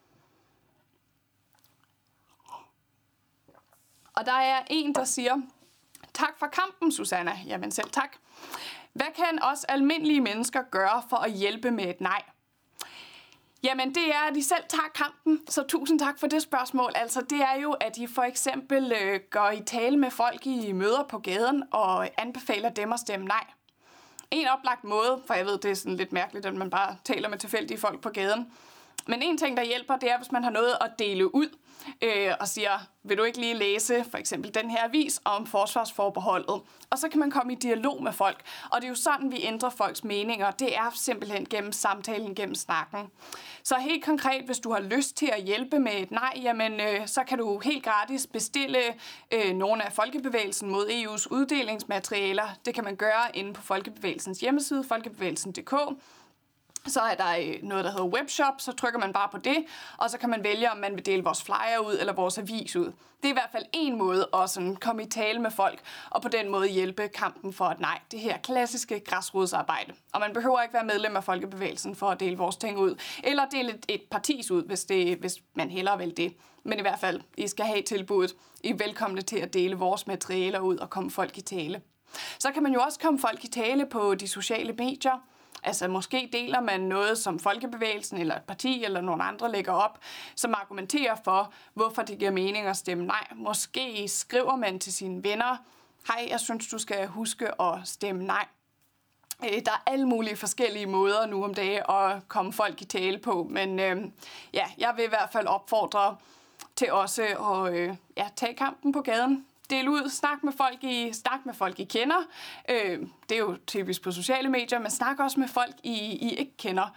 Og der er en, der siger, tak for kampen, Susanna. Jamen selv tak. Hvad kan os almindelige mennesker gøre for at hjælpe med et nej? Jamen det er, at de selv tager kampen, så tusind tak for det spørgsmål. Altså det er jo, at I for eksempel går i tale med folk i møder på gaden og anbefaler dem at stemme nej. En oplagt måde, for jeg ved, det er sådan lidt mærkeligt, at man bare taler med tilfældige folk på gaden. Men en ting, der hjælper, det er, hvis man har noget at dele ud og siger, vil du ikke lige læse for eksempel den her avis om forsvarsforbeholdet? Og så kan man komme i dialog med folk. Og det er jo sådan, vi ændrer folks meninger. Det er simpelthen gennem samtalen, gennem snakken. Så helt konkret, hvis du har lyst til at hjælpe med et nej, jamen, så kan du helt gratis bestille nogle af Folkebevægelsen mod EU's uddelingsmaterialer. Det kan man gøre inde på Folkebevægelsens hjemmeside, folkebevægelsen.dk. Så er der noget, der hedder webshop, så trykker man bare på det, og så kan man vælge, om man vil dele vores flyer ud eller vores avis ud. Det er i hvert fald en måde at sådan komme i tale med folk, og på den måde hjælpe kampen for et nej. Det her klassiske græsrodsarbejde. Og man behøver ikke være medlem af Folkebevægelsen for at dele vores ting ud, eller dele et partis ud, hvis man hellere vil det. Men i hvert fald, I skal have tilbuddet. I er velkomne til at dele vores materialer ud og komme folk i tale. Så kan man jo også komme folk i tale på de sociale medier. Altså måske deler man noget, som Folkebevægelsen eller et parti eller nogle andre lægger op, som argumenterer for, hvorfor det giver mening at stemme nej. Måske skriver man til sine venner, hej, jeg synes, du skal huske at stemme nej. Der er alle mulige forskellige måder nu om dagen at komme folk i tale på, men jeg vil i hvert fald opfordre til også at tage kampen på gaden. Del ud, snak med folk, I kender. Det er jo typisk på sociale medier, men snak også med folk, I ikke kender.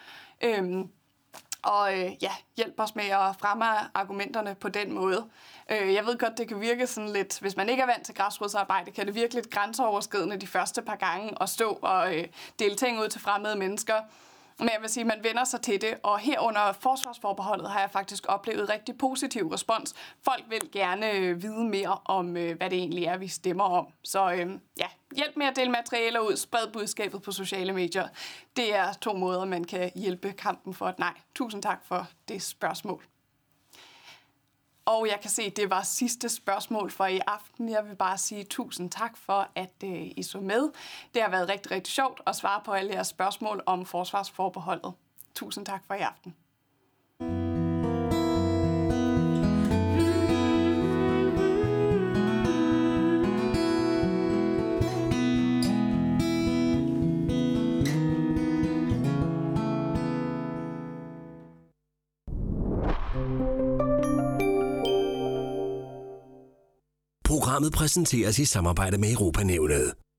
Hjælp os med at fremme argumenterne på den måde. Jeg ved godt, det kan virke sådan lidt, hvis man ikke er vant til græsrodsarbejde, kan det virke lidt grænseoverskridende de første par gange at stå og dele ting ud til fremmede mennesker. Men jeg vil sige, at man vender sig til det, og her under forsvarsforbeholdet har jeg faktisk oplevet rigtig positiv respons. Folk vil gerne vide mere om, hvad det egentlig er, vi stemmer om. Så hjælp med at dele materialer ud, spred budskabet på sociale medier. Det er 2 måder, man kan hjælpe kampen for et nej. Tusind tak for det spørgsmål. Og jeg kan se, at det var sidste spørgsmål for i aften. Jeg vil bare sige tusind tak for, at I så med. Det har været rigtig, rigtig sjovt at svare på alle jeres spørgsmål om forsvarsforbeholdet. Tusind tak for i aften. Programmet præsenteres i samarbejde med Europanævnet.